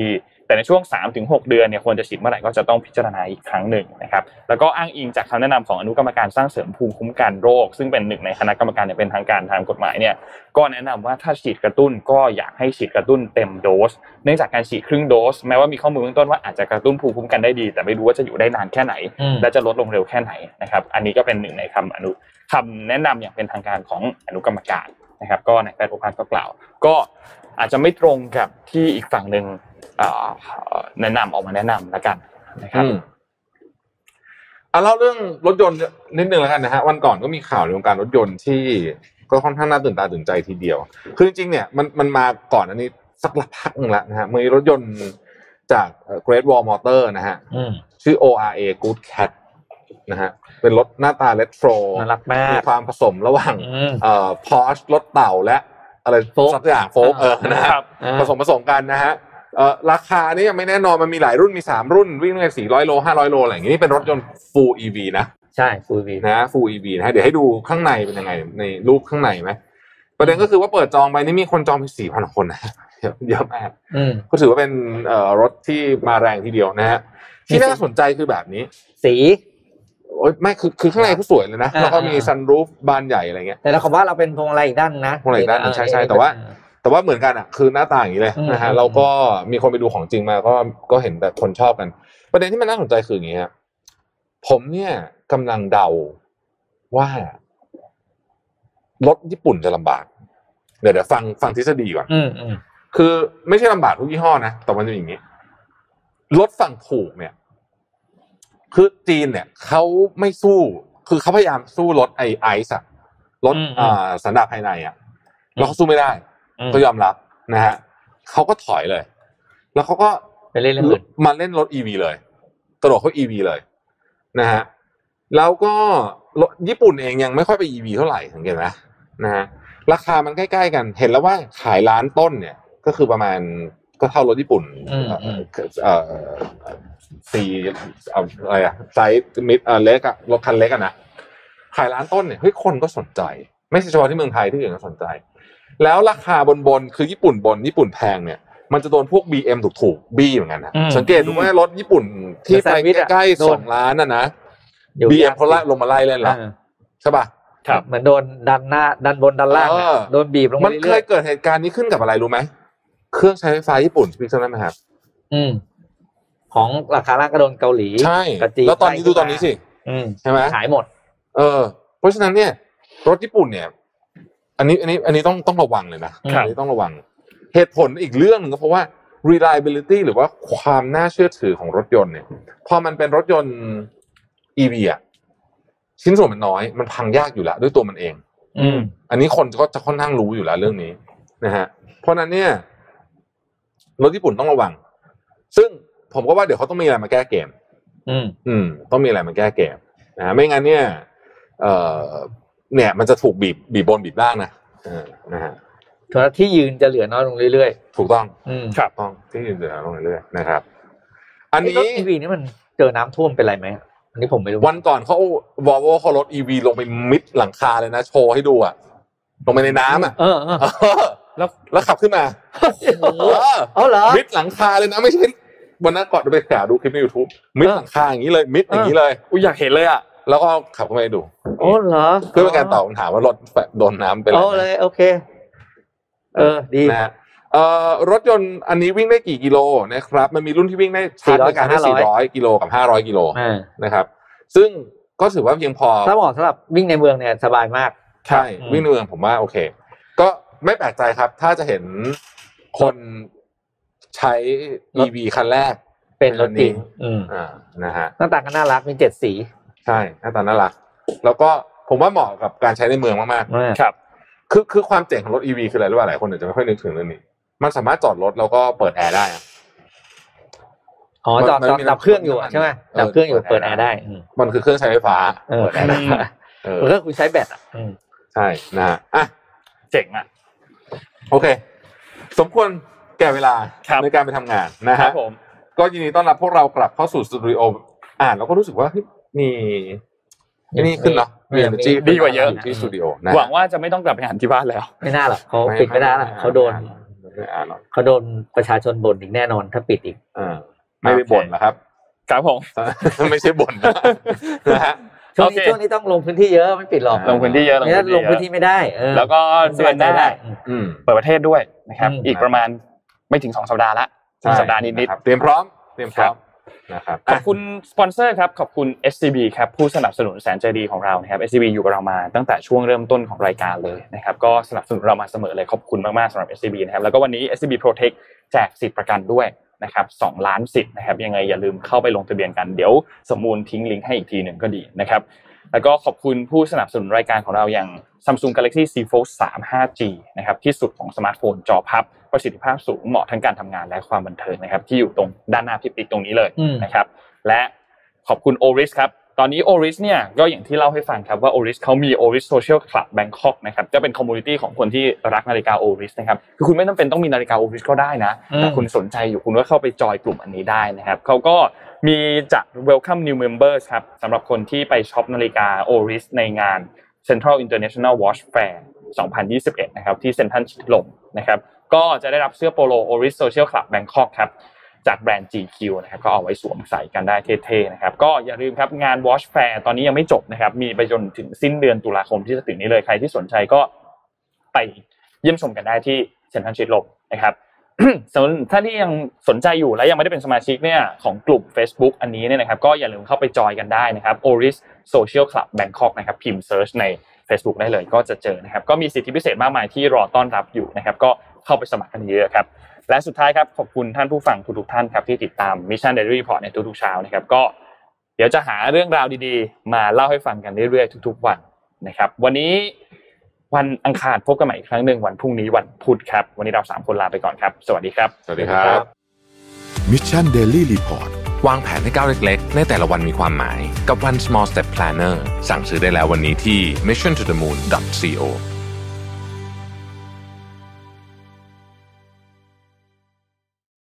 แต่ในช่วง สามถึงหก เดือนเนี่ยควรจะฉีดเมื่อไหร่ก็จะต้องพิจารณาอีกครั้งหนึ่งนะครับแล้วก็อ้างอิงจากคำแนะนำของอนุกรรมการสร้างเสริมภูมิคุ้มกันโรคซึ่งเป็นหนึ่งในคณะกรรมการอย่างเป็นทางการทางกฎหมายเนี่ยก็แนะนำว่าถ้าฉีดกระตุ้นก็อยากให้ฉีดกระตุ้นเต็มโดสเนื่องจากการฉีดครึ่งโดสแม้ว่ามีข้อมูลเบื้องต้นว่าอาจจะกระตุ้นภูมิคุ้มกันได้ดีแต่ไม่รู้ว่าจะอยู่ได้นานแค่ไหนและจะลดลงเร็วแค่ไหนนะครับอันนี้ก็เป็นหนึ่งในคำอนุคำแนะนำอย่างเป็นทางการของอนุกรรมการนะครับก็นายแพทย์โอภาสก็กล่าวก็อาจจะไม่ตรงกับที่อีกฝั่งนึงแนะนำออกมาแนะนำแล้วกันนะครับเอาเล่าเรื่องรถยนต์นิดนึงแล้วกันนะฮะวันก่อนก็มีข่าวในวงการรถยนต์ที่ก็ค่อนข้างน่าตื่นตาตื่นใจทีเดียวคือจริงๆเนี่ยมันมันมาก่อนอันนี้สักพักนึงแล้วนะฮะมีรถยนต์จาก Great Wall Motor นะฮะชื่อ โอ อาร์ เอ Good Cat นะฮะเป็นรถหน้าตาเรโทรน่ารักมากมีความผสมระหว่างเอ่อ Porsche รถเต่าและอะไรสักอย่างโฟล์กเออนะครับผสมผสมกันนะฮะเอ่อราคานี่ยังไม่แน่นอนมันมีหลายรุ่นมีสามรุ่นวิ่งได้สี่ร้อยโลห้าร้อยโลอะไรอย่างงี้นี่เป็นรถยนต์ Full อี วี นะใช่ Full อี วีนะ Full อี วี นะฮะเดี๋ยวให้ดูข้างในเป็นยังไงในรูปข้างในมั้ยประเด็นก็คือว่าเปิดจองไปนี่มีคนจองไป สี่พัน คนนะเยอะมากอืมก็ถือว่าเป็นเอ่อรถที่มาแรงทีเดียวนะฮะที่น่าสนใจคือแบบนี้สีโอ๊ยไม่คือคือข้างในก็สวยเลยนะแล้วก็มีซันรูฟบานใหญ่อะไรเงี้ยแต่เราคำว่าเราเป็นพวงมาลัยอีกด้านนะพวงมาลัยอีกด้านนึงใช่ๆแต่ว่าแต่ว่าเหมือนกันอ่ะคือหน้าตาอย่างนี้เลยนะฮะเราก็มีคนไปดูของจริงมาก็ก็เห็นแต่คนชอบกันประเด็นที่มันน่าสนใจคืออย่างนี้ครับผมเนี่ยกำลังเดาว่ารถญี่ปุ่นจะลำบากเดี๋ยวเดี๋ยวฟังฟังทฤษฎีก่อนคือไม่ใช่ลำบากทุกยี่ห้อนะแต่มันจะอย่างนี้รถฝั่งถูกเนี่ยคือจีนเนี่ยเขาไม่สู้คือเขาพยายามสู้รถไอไอซ์อะรถอ่าสันดาปภายในอะแล้วเขาสู้ไม่ได้ก็ยอมรับนะฮะเขาก็ถอยเลยแล้วเขาก็ไปเล่นรถมาเล่นรถ อี วี เลยกระโดดเข้า อี วี เลยนะฮะแล้วก็รถญี่ปุ่นเองยังไม่ค่อยไป อี วี เท่าไหร่สังเกตไหมนะฮะราคามันใกล้ๆกันเห็นแล้วว่าขายล้านต้นเนี่ยก็คือประมาณก็เท่ารถญี่ปุ่นเอ่อสี่อะไรอะไซส์มิดเอ่อเล็กอะรถคันเล็กอะนะขายล้านต้นเนี่ยเฮ้ยคนก็สนใจไม่ใช่เฉพาะที่เมืองไทยที่อื่นก็สนใจแล้วราคาบนๆคือญี่ปุ่นบนญี่ปุ่นแพงเนี่ยมันจะโดนพวก บี เอ็ม ถูกๆบี้เหมือนกันนะสังเกตดูว่ารถญี่ปุ่นที่ไปใกล้ๆสองล้านน่ะนะ บี เอ็ม เขาไล่ลงมาไล่เล่นละใช่ป่ะครับเหมือนโดนดันหน้าดันบนดันล่างโดนบีบลงมาเรื่อยๆมันเคยเกิดเหตุการณ์นี้ขึ้นกับอะไรรู้ไหมเครื่องใช้ไฟฟ้าญี่ปุ่นพี่จำได้ไหมครับอืมของราคาล่างก็โดนเกาหลีใช่แล้วตอนนี้ดูตอนนี้สิใช่ไหมขายหมดเออเพราะฉะนั้นเนี่ยรถญี่ปุ่นเนี่ยอันนี้อันนี้อันนี้ต้องต้องระวังเลยนะอันนี้ต้องระวังเหตุผลอีกเรื่องนึงก็เพราะว่า reliability หรือว่าความน่าเชื่อถือของรถยนต์เนี่ยพอมันเป็นรถยนต์ อี วี อ่ะชิ้นส่วนมันน้อยมันพังยากอยู่แล้วด้วยตัวมันเองอืมอันนี้คนก็จะค่อนข้างรู้อยู่แล้วเรื่องนี้นะฮะเพราะนั้นเนี่ยรถญี่ปุ่นต้องระวังซึ่งผมก็ว่าเดี๋ยวเขาต้องมีอะไรมาแก้เกมอืมอืมต้องมีอะไรมาแก้เกมนะไม่งั้นเนี่ยเอ่อเนี่ยมันจะถูกบีบบีบบนบีบล่างนะเออนะฮะเพราะที่ยืนจะเหลือน้อยลงเรื่อยๆถูกต้องอืมครับต้องที่ยืนเหลือน้อยลงเรื่อยๆนะครับอันนี้รถ อี วี นี่มันเจอน้ำท่วมเป็นไรไหมอันนี้ผมไม่รู้วันก่อนเขา Volvo เขารถ อี วี ลงไปมิดหลังคาเลยนะโชว์ให้ดูอ่ะลงไปในน้ำอ่ะเออแล้วแล้วขับขึ้นมาโอ้โหเอาเหรอมิดหลังคาเลยนะไม่ใช่วันนั้นก่อนไปหาดูคลิปใน YouTube มิดหลังคาอย่างนี้เลยมิดอย่างนี้เลยอุ๊ยอยากเห็นเลยอ่ะแล้วก็ขับเข้าไปดูโอ้เหรอเพื่อเป็นการตอบคำถามว่ารถโดนน้ำไปแล้วโอ้เลยโอเคเออดีนะเอ่อรถยนต์อันนี้วิ่งได้กี่กิโลนะครับมันมีรุ่นที่วิ่งได้ชาร์จในการได้สี่ร้อยกิโลกับห้าร้อยกิโลนะครับซึ่งก็ถือว่าเพียงพอถ้าเหมาะสำหรับวิ่งในเมืองเนี่ยสบายมากใช่วิ่งในเมืองผมว่าโอเคก็ไม่แปลกใจครับถ้าจะเห็นคนใช้ อี วี คันแรกเป็นรถจริงอ่านะฮะหน้าตาก็น่ารักมีเจ็ดสีใช่หน้าตาน่ารักแล้วก็ผมว่าเหมาะกับการใช้ในเมืองมากๆครับคือคือความเจ๋งของรถ อี วี คืออะไรรู้ป่ะหลายคนอาจจะไม่ค่อยนึกถึงเรื่องนี้มันสามารถจอดรถแล้วก็เปิดแอร์ได้อ๋อจอดดับเครื่องอยู่ใช่ไหมดับเครื่องอยู่เปิดแอร์ได้มันคือเครื่องใช้ไฟฟ้าเปิดแอร์ได้เออก็คือใช้แบตอ่ะใช่นะฮะอ่ะเจ๋งอ่ะโอเคสมควรแก่เวลาในการไปทำงานนะฮะก็ยินดีต้อนรับพวกเรากลับเข้าสู่สตูดิโออ่านแล้วก็รู้สึกว่ามีนี่ขึ้นเนาะมี energy ดีกว่าเยอะที่สตูดิโอนะหวังว่าจะไม่ต้องกลับไปหันที่บ้านแล้วไม่น่าหรอกเขาปิดไม่ได้ละเขาโดนไม่อ่านหรอกเขาโดนประชาชนบ่นอีกแน่นอนถ้าปิดอีกอ่าไม่ได้บ่นนะครับครับผมไม่ใช่บ่นนะฮะช่วงนี้ช่วงนี้ต้องลงพื้นที่เยอะไม่ปิดหรอกลงพื้นที่เยอะไม่ลงพื้นที่ไม่ได้แล้วก็เดือนหน้าเปิดประเทศด้วยนะครับอีกประมาณไม่ถึงสองสัปดาห์ละสัปดาห์นิดๆเตรียมพร้อมเตรียมพร้อมนะครับขอบคุณสปอนเซอร์ครับขอบคุณ เอส ซี บี ครับผู้สนับสนุนแสนใจดีของเรานะครับ เอส ซี บี อยู่กับเรามาตั้งแต่ช่วงเริ่มต้นของรายการเลยนะครับก็สนับสนุนเรามาเสมอเลยขอบคุณมากๆสำหรับ เอส ซี บี นะครับแล้วก็วันนี้ เอส ซี บี Protect แจกสิทธิ์ประกันด้วยนะครับสองล้านสิทธิ์นะครับยังไงอย่าลืมเข้าไปลงทะเบียนกันเดี๋ยวสมูลทิ้งลิงก์ให้อีกทีนึงก็ดีนะครับแล้วก็ขอบคุณผู้สนับสนุนรายการของเราอย่าง Samsung Galaxy Z Fold สาม ห้าจี นะครับที่สุดของสมาร์ทโฟนจอพับประสิทธิภาพสูงเหมาะทั้งการทำงานและความบันเทิงนะครับที่อยู่ตรงด้านหน้าพี่ปิ๊กตรงนี้เลยนะครับและขอบคุณ Oris ครับตอนนี้ Oris เนี่ยก็อย่างที่เล่าให้ฟังครับว่า Oris เขามี Oris Social Club Bangkok นะครับจะเป็นคอมมูนิตี้ของคนที่รักนาฬิกา Oris นะครับคือคุณไม่จำเป็นต้องมีนาฬิกา Oris ก็ได้นะแต่คุณสนใจอยู่คุณก็เข้าไปจอยกลุ่มอันนี้ได้นะครับเขาก็มีจัด Welcome New Members ครับสำหรับคนที่ไปช็อปนาฬิกา Oris ในงาน Central International Watch Fair สองพันยี่สิบเอ็ดนะครับที่เซ็นทรัลชิดลมนะครับก็จะได้รับเสื้อโปโล Oris Social Club Bangkok ครับจากแบรนด์ จี คิว นะครับก็เอาไว้สวมใส่กันได้เท่ๆนะครับก็อย่าลืมครับงาน Watch Fair ตอนนี้ยังไม่จบนะครับมีไปจนถึงสิ้นเดือนตุลาคมที่จะถึงนี้เลยใครที่สนใจก็ไปเยี่ยมชมกันได้ที่เซ็นทรัลชิดลมนะครับ ส่วนถ้าที่ยังสนใจอยู่และยังไม่ได้เป็นสมาชิกเนี่ยของกลุ่ม Facebook อันนี้เนี่ยนะครับก็อย่าลืมเข้าไปจอยกันได้นะครับ Oris Social Club Bangkok นะครับพิมพ์เซิร์ชใน Facebook ได้เลยก็จะเจอนะครับก็มีสิทธิพิเศษมากมายที่รอต้อนรับอยู่นะครับก็เข้าไปสมัครกันเยอะครับและสุดท้ายครับขอบคุณท่านผู้ฟังทุกๆท่านครับที่ติดตาม Mission Daily Report ในทุกๆเช้านะครับก็เดี๋ยวจะหาเรื่องราวดีๆมาเล่าให้ฟังกันเรื่อยๆทุกๆวันนะครับวันนี้วันอังคารพบกันใหม่อีกครั้งนึงวันพรุ่งนี้วันพุธครับวันนี้เราสามคนลาไปก่อนครับสวัสดีครับสวัสดีครับ Mission Daily Report วางแผนให้ก้าวเล็กๆในแต่ละวันมีความหมายกับ One Small Step Planner สั่งซื้อได้แล้ววันนี้ที่ มิชชั่น ทู เดอะ มูน ดอท ซี โอ